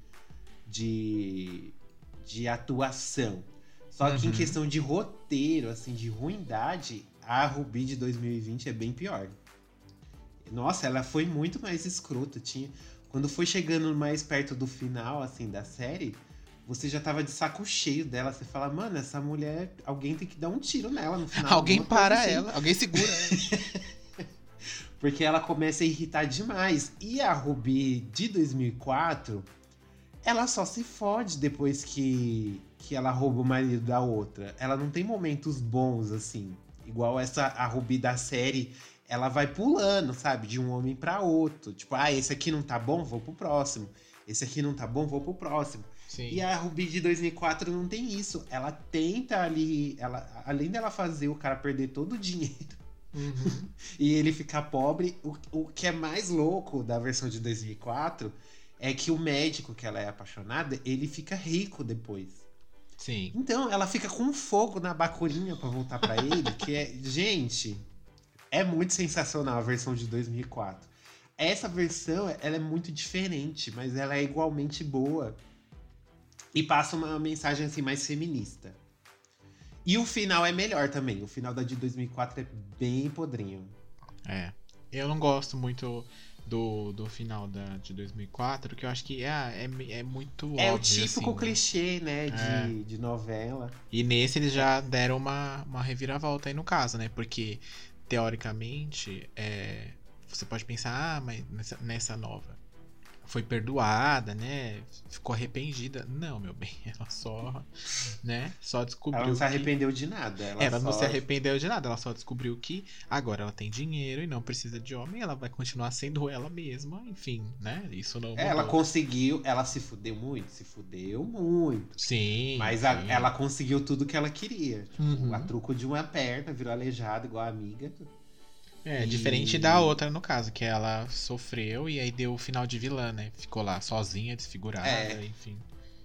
de atuação. Só que em questão de roteiro, assim, de ruindade, a Rubi de 2020 é bem pior. Nossa, ela foi muito mais escrota. Quando foi chegando mais perto do final, assim, da série, você já tava de saco cheio dela. Você fala, mano, essa mulher, alguém tem que dar um tiro nela no final. Alguém para ela, alguém segura ela. Porque ela começa a irritar demais. E a Rubi de 2004, ela só se fode depois que ela rouba o marido da outra. Ela não tem momentos bons, assim. Igual a Ruby da série, ela vai pulando, sabe? De um homem pra outro. Tipo, esse aqui não tá bom, vou pro próximo. Esse aqui não tá bom, vou pro próximo. Sim. E a Ruby de 2004 não tem isso. Ela tenta ali, além dela fazer o cara perder todo o dinheiro e ele ficar pobre, o que é mais louco da versão de 2004 é que o médico que ela é apaixonada, ele fica rico depois. Sim. Então, ela fica com fogo na bacurinha pra voltar pra ele, que é... Gente, é muito sensacional a versão de 2004. Essa versão, ela é muito diferente, mas ela é igualmente boa. E passa uma mensagem, assim, mais feminista. E o final é melhor também. O final da de 2004 é bem podrinho. Eu não gosto muito do final de 2004, que eu acho que é muito óbvio. É o típico assim, clichê, né, de novela. E nesse eles já deram uma reviravolta aí no caso, né? Porque, teoricamente, você pode pensar, mas nessa nova foi perdoada, né? Ficou arrependida. Não, meu bem, ela só descobriu. Ela não se arrependeu de nada. Ela não se arrependeu de nada, ela só descobriu que agora ela tem dinheiro e não precisa de homem, ela vai continuar sendo ela mesma, enfim, né? Isso não mudou. Ela conseguiu, ela se fudeu muito. Sim. Mas ela conseguiu tudo que ela queria. Tipo, a truco de uma perna, virou aleijada igual a amiga. Diferente da outra, no caso, que ela sofreu e aí deu o final de vilã, né? Ficou lá sozinha, desfigurada, enfim.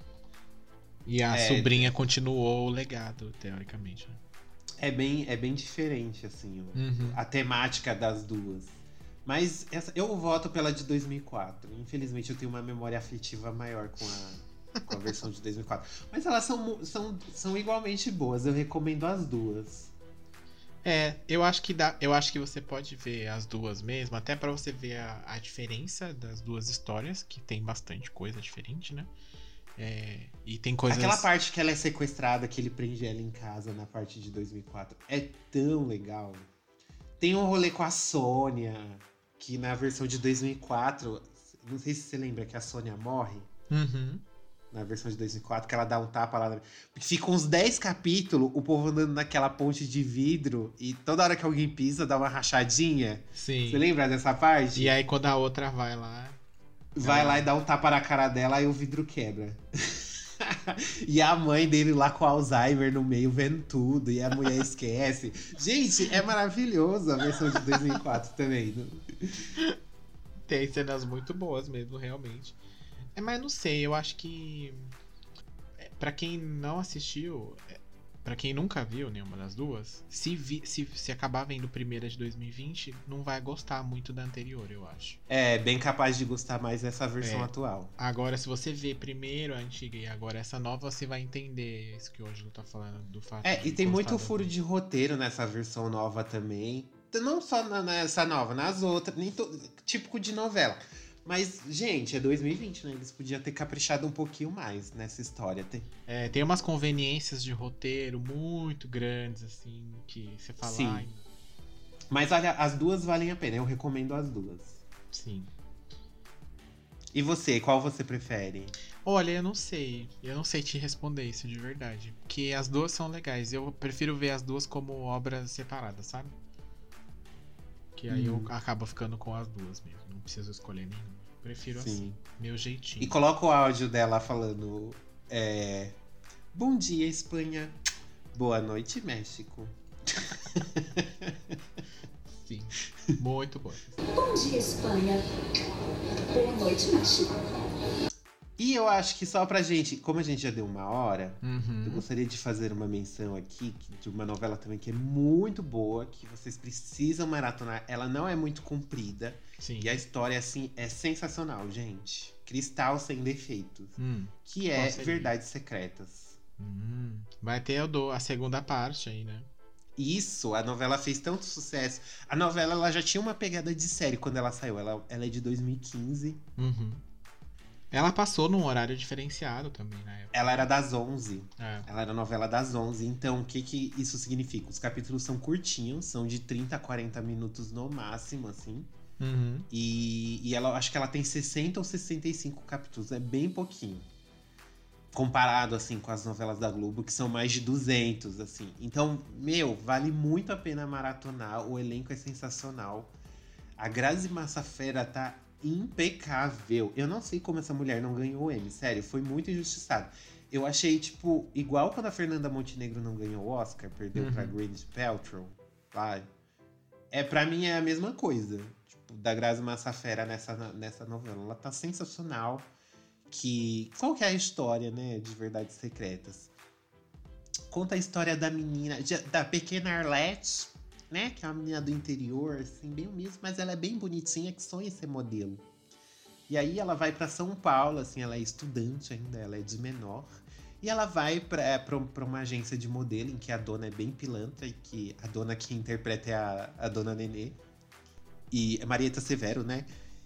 E a sobrinha continuou o legado, teoricamente. É bem diferente, assim, a temática das duas. Mas eu voto pela de 2004. Infelizmente, eu tenho uma memória afetiva maior com a versão de 2004. Mas elas são igualmente boas. Eu recomendo as duas. Eu acho que você pode ver as duas mesmo, até pra você ver a diferença das duas histórias, que tem bastante coisa diferente, né? E tem coisas... Aquela parte que ela é sequestrada, que ele prende ela em casa na parte de 2004, é tão legal. Tem um rolê com a Sônia, que na versão de 2004, não sei se você lembra que a Sônia morre. Na versão de 2004, que ela dá um tapa lá. Fica uns 10 capítulos, o povo andando naquela ponte de vidro e toda hora que alguém pisa, dá uma rachadinha. Sim. Você lembra dessa parte? E aí quando a outra vai lá... Vai lá e dá um tapa na cara dela e o vidro quebra. E a mãe dele lá com Alzheimer no meio, vendo tudo. E a mulher esquece. Gente, é maravilhoso a versão de 2004 também. Tem cenas muito boas mesmo, realmente. Mas não sei, eu acho que pra quem não assistiu, pra quem nunca viu nenhuma das duas, se acabar vendo primeira de 2020, não vai gostar muito da anterior, eu acho. É, bem capaz de gostar mais dessa versão atual. Agora, se você vê primeiro a antiga e agora essa nova, você vai entender isso que hoje eu tô falando do fato de e tem muito furo de roteiro nessa versão nova também. Não só nessa nova, nas outras, típico de novela. Mas, gente, é 2020, né? Eles podiam ter caprichado um pouquinho mais nessa história. Tem umas conveniências de roteiro muito grandes, assim, que você fala... Sim. Mas, olha, as duas valem a pena. Eu recomendo as duas. Sim. E você? Qual você prefere? Olha, eu não sei. Eu não sei te responder isso de verdade. Porque as duas são legais. Eu prefiro ver as duas como obras separadas, sabe? Que aí eu acabo ficando com as duas mesmo. Não preciso escolher nenhuma. Prefiro assim. Meu jeitinho. E coloca o áudio dela falando... Bom dia, Espanha. Boa noite, México. Sim. Muito bom. Bom dia, Espanha. Boa noite, México. E eu acho que só pra gente, como a gente já deu 1 hora, eu gostaria de fazer uma menção aqui de uma novela também que é muito boa, que vocês precisam maratonar. Ela não é muito comprida. Sim. E a história, assim, é sensacional, gente. Cristal sem defeitos. Que é Verdades Secretas. Vai ter a segunda parte aí, né? Isso, a novela fez tanto sucesso. A novela, ela já tinha uma pegada de série quando ela saiu. Ela é de 2015. Ela passou num horário diferenciado também, né? Ela era das 11. Ela era novela das 11. Então, o que isso significa? Os capítulos são curtinhos, são de 30 a 40 minutos no máximo, assim. E ela, acho que ela tem 60 ou 65 capítulos, é bem pouquinho. comparado, assim, com as novelas da Globo, que são mais de 200, assim. Então, vale muito a pena maratonar. O elenco é sensacional. A Grazi Massafera tá impecável. Eu não sei como essa mulher não ganhou o Emmy. Sério, foi muito injustiçado. Eu achei, tipo, igual quando a Fernanda Montenegro não ganhou o Oscar, perdeu pra Gwyneth Paltrow. Pra mim é a mesma coisa. Tipo, da Grazi Massafera nessa novela. Ela tá sensacional. Qual que é a história, né, de Verdades Secretas? Conta a história da menina, da pequena Arlette, né, que é uma menina do interior, assim, bem humilde, mas ela é bem bonitinha, que sonha em ser modelo. E aí ela vai pra São Paulo, assim, ela é estudante ainda, ela é de menor. E ela vai pra uma agência de modelo, em que a dona é bem pilantra, e que a dona que interpreta é a Dona Nenê. E é Marieta Severo, né?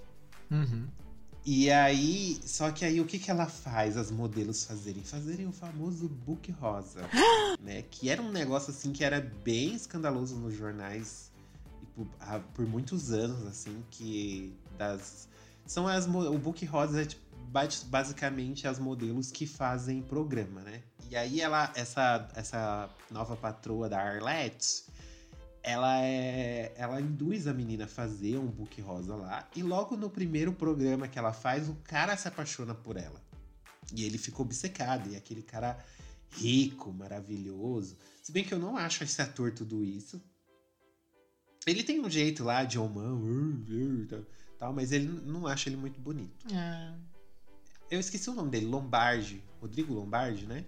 E aí, só que aí o que ela faz as modelos fazerem? Fazerem o famoso book rosa, né? Que era um negócio assim que era bem escandaloso nos jornais por muitos anos, assim, que o book rosa é tipo, basicamente as modelos que fazem programa, né? E aí essa nova patroa da Arlette, ela induz a menina a fazer um book rosa lá. E logo no primeiro programa que ela faz, o cara se apaixona por ela. E ele fica obcecado. E aquele cara rico, maravilhoso. Se bem que eu não acho esse ator tudo isso. Ele tem um jeito lá de homão, tal, mas ele não acha ele muito bonito. Eu esqueci o nome dele, Lombardi. Rodrigo Lombardi, né?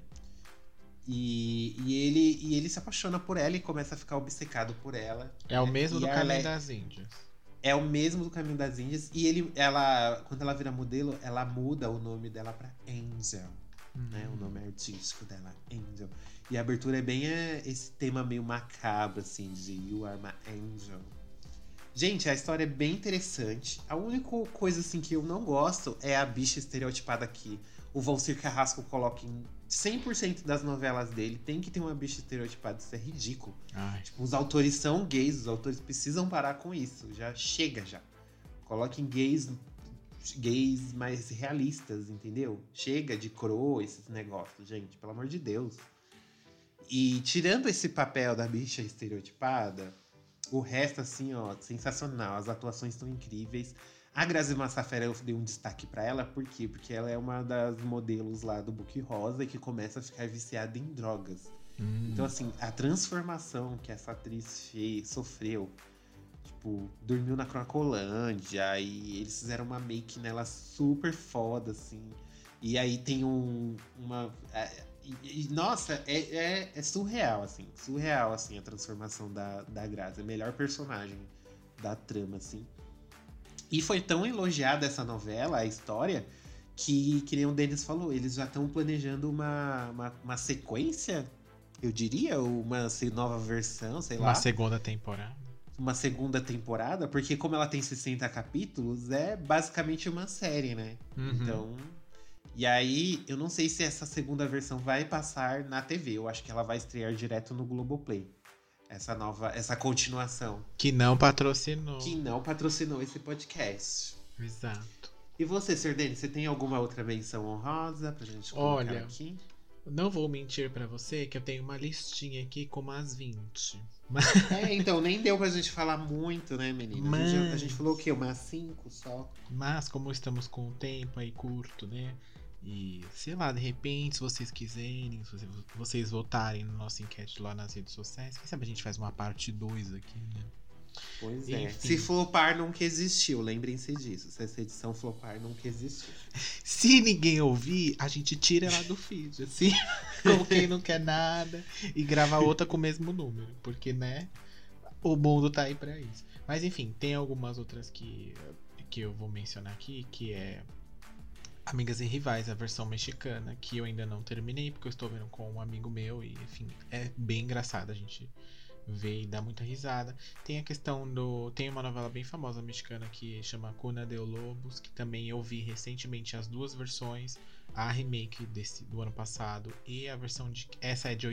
E ele se apaixona por ela e começa a ficar obcecado por ela. É o mesmo do Caminho das Índias. É o mesmo do Caminho das Índias. E quando ela vira modelo, ela muda o nome dela pra Angel. Né? O nome artístico dela, Angel. E a abertura é bem esse tema meio macabro, assim, de You Are My Angel. Gente, a história é bem interessante. A única coisa, assim, que eu não gosto é a bicha estereotipada que o Valcir Carrasco coloca em 100% das novelas dele. Tem que ter uma bicha estereotipada, isso é ridículo. Tipo, os autores são gays, os autores precisam parar com isso. Já chega, já. Coloquem gays mais realistas, entendeu? Chega de coroa, esses negócios, gente, pelo amor de Deus. E tirando esse papel da bicha estereotipada, o resto, assim, ó, sensacional. As atuações estão incríveis. A Grazi Massafera, eu dei um destaque pra ela, por quê? Porque ela é uma das modelos lá do Book Rosa que começa a ficar viciada em drogas. Então, assim, a transformação que essa atriz sofreu, tipo, dormiu na Cracolândia, e eles fizeram uma make nela super foda, assim. E aí tem nossa, é surreal, assim. Surreal, assim, a transformação da Grazi. A melhor personagem da trama, assim. E foi tão elogiada essa novela, a história, que nem o Denis falou, eles já estão planejando uma sequência, eu diria, uma nova versão, sei lá. Uma segunda temporada. Uma segunda temporada, porque como ela tem 60 capítulos, é basicamente uma série, né? Então... E aí, eu não sei se essa segunda versão vai passar na TV. Eu acho que ela vai estrear direto no Globoplay. Essa continuação. Que não patrocinou esse podcast. Exato. E você, Sr. Denis, você tem alguma outra menção honrosa pra gente colocar aqui? Não vou mentir pra você que eu tenho uma listinha aqui com umas 20. Então, nem deu pra gente falar muito, né, menina? A gente falou o quê? Umas 5 só. Mas, como estamos com o tempo aí curto, né? E, sei lá, de repente, se vocês quiserem, se vocês votarem no nosso enquete lá nas redes sociais, quem sabe a gente faz uma parte 2 aqui, né? Pois é. Se flopar, nunca existiu. Lembrem-se disso. Se essa edição flopar, nunca existiu. Se ninguém ouvir, a gente tira ela do feed, assim, como quem não quer nada, e grava outra com o mesmo número. Porque, né, o mundo tá aí pra isso. Mas, enfim, tem algumas outras que eu vou mencionar aqui, que é Amigas e Rivais, a versão mexicana, que eu ainda não terminei, porque eu estou vendo com um amigo meu, e, enfim, é bem engraçado, a gente vê e dá muita risada. Tem a questão tem uma novela bem famosa mexicana que chama Cuna de Lobos, que também eu vi recentemente as duas versões, a remake do ano passado e a versão essa é de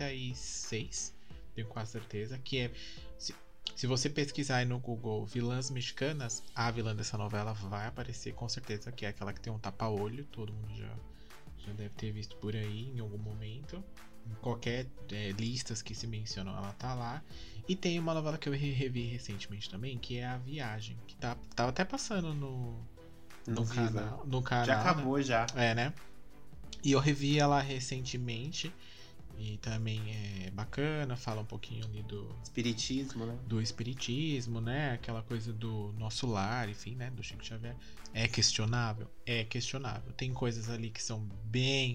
86, tenho quase certeza, que é... Se você pesquisar aí no Google vilãs mexicanas, a vilã dessa novela vai aparecer com certeza, que é aquela que tem um tapa-olho, todo mundo Já deve ter visto por aí em algum momento. Em qualquer listas que se mencionam, ela tá lá. E tem uma novela que eu revi recentemente também, que é A Viagem, que tava até passando no canal. Já acabou, né? já. Né? E eu revi ela recentemente. E também é bacana, fala um pouquinho ali do espiritismo, né? Do espiritismo, né? Aquela coisa do nosso lar, enfim, né? Do Chico Xavier. É questionável? É questionável. Tem coisas ali que são bem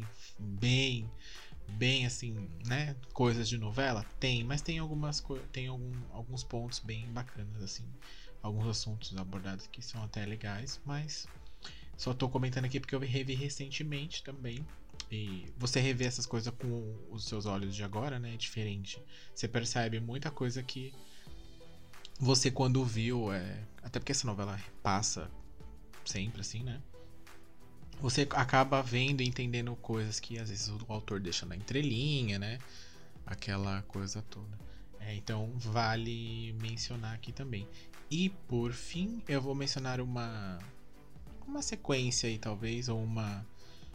assim, né? Coisas de novela? Tem, mas tem alguns pontos bem bacanas, assim. Alguns assuntos abordados que são até legais, mas só tô comentando aqui porque eu revi recentemente também. E você rever essas coisas com os seus olhos de agora, né? É diferente. Você percebe muita coisa que você quando viu, até porque essa novela passa sempre assim, né? Você acaba vendo e entendendo coisas que às vezes o autor deixa na entrelinha, né? Aquela coisa toda. Então vale mencionar aqui também. E por fim, eu vou mencionar uma sequência aí talvez, ou uma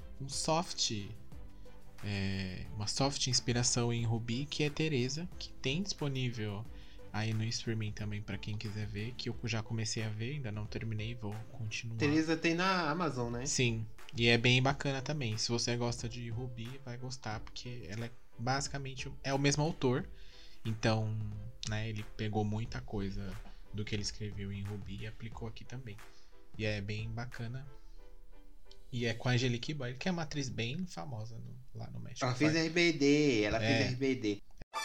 soft inspiração em Ruby, que é Teresa, que tem disponível aí no streaming também para quem quiser ver, que eu já comecei a ver, ainda não terminei, vou continuar. Teresa tem na Amazon, né? Sim, e é bem bacana também. Se você gosta de Ruby, vai gostar, porque ela é basicamente o mesmo autor, então, né, ele pegou muita coisa do que ele escreveu em Ruby e aplicou aqui também. E é bem bacana. E é com a Angelique Boy, que é uma atriz bem famosa lá no México. Ela fez RBD, fez RBD.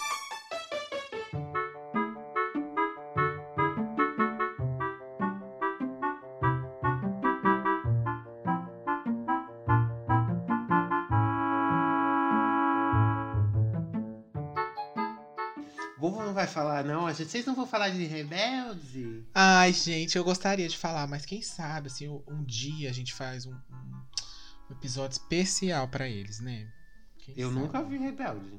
Vovô não vai falar, não? Vocês não vão falar de Rebelde? Ai, gente, eu gostaria de falar, mas quem sabe, assim, um dia a gente faz um episódio especial pra eles, né? Eu nunca vi Rebelde.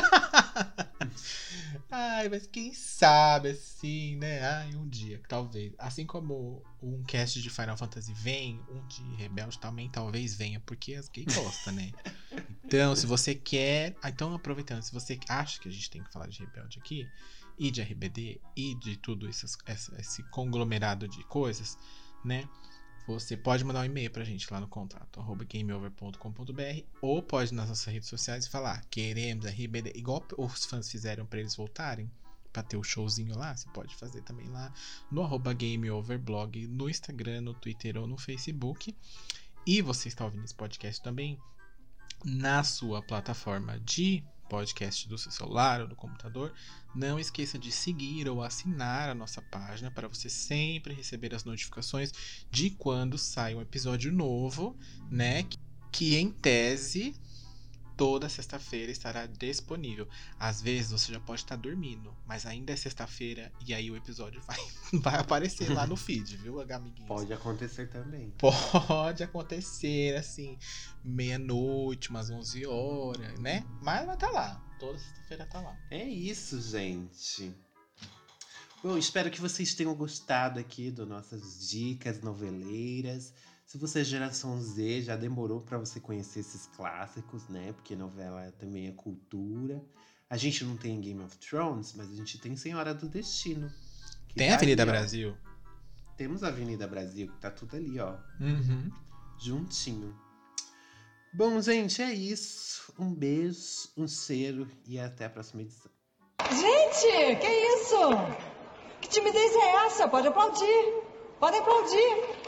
Ai, mas quem sabe, assim, né? Ai, um dia, talvez. Assim como um cast de Final Fantasy vem, um de Rebelde também talvez venha, porque as gays gostam, né? Então, se você quer... Então, aproveitando, se você acha que a gente tem que falar de Rebelde aqui, e de RBD, e de tudo esse conglomerado de coisas, né? Você pode mandar um e-mail pra gente lá no contato @gameover.com.br, ou pode nas nossas redes sociais falar: queremos RBD, igual os fãs fizeram pra eles voltarem, pra ter o showzinho lá. Você pode fazer também lá no @gameoverblog, no Instagram, no Twitter ou no Facebook. E você está ouvindo esse podcast também na sua plataforma de podcast do seu celular ou do computador. Não esqueça de seguir ou assinar a nossa página para você sempre receber as notificações de quando sai um episódio novo, né? Que em tese toda sexta-feira estará disponível. Às vezes você já pode estar dormindo, mas ainda é sexta-feira e aí o episódio vai aparecer lá no feed, viu, amiguinhos? Pode acontecer também. Pode acontecer, assim, meia-noite, umas 11 horas, né? Mas vai estar lá. Toda sexta-feira tá lá. É isso, gente. Bom, espero que vocês tenham gostado aqui das nossas dicas noveleiras. Se você é geração Z, já demorou pra você conhecer esses clássicos, né? Porque novela também é cultura. A gente não tem Game of Thrones, mas a gente tem Senhora do Destino. Tem a Avenida Brasil. Temos a Avenida Brasil, que tá tudo ali, ó. Uhum. Juntinho. Bom, gente, é isso. Um beijo, um cheiro e até a próxima edição. Gente, que isso? Que timidez é essa? Pode aplaudir. Podem aplaudir.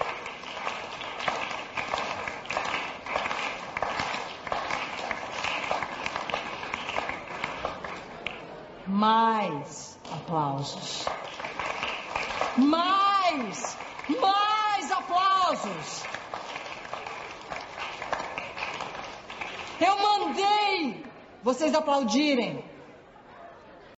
Mais aplausos. Mais aplausos. Eu mandei vocês aplaudirem.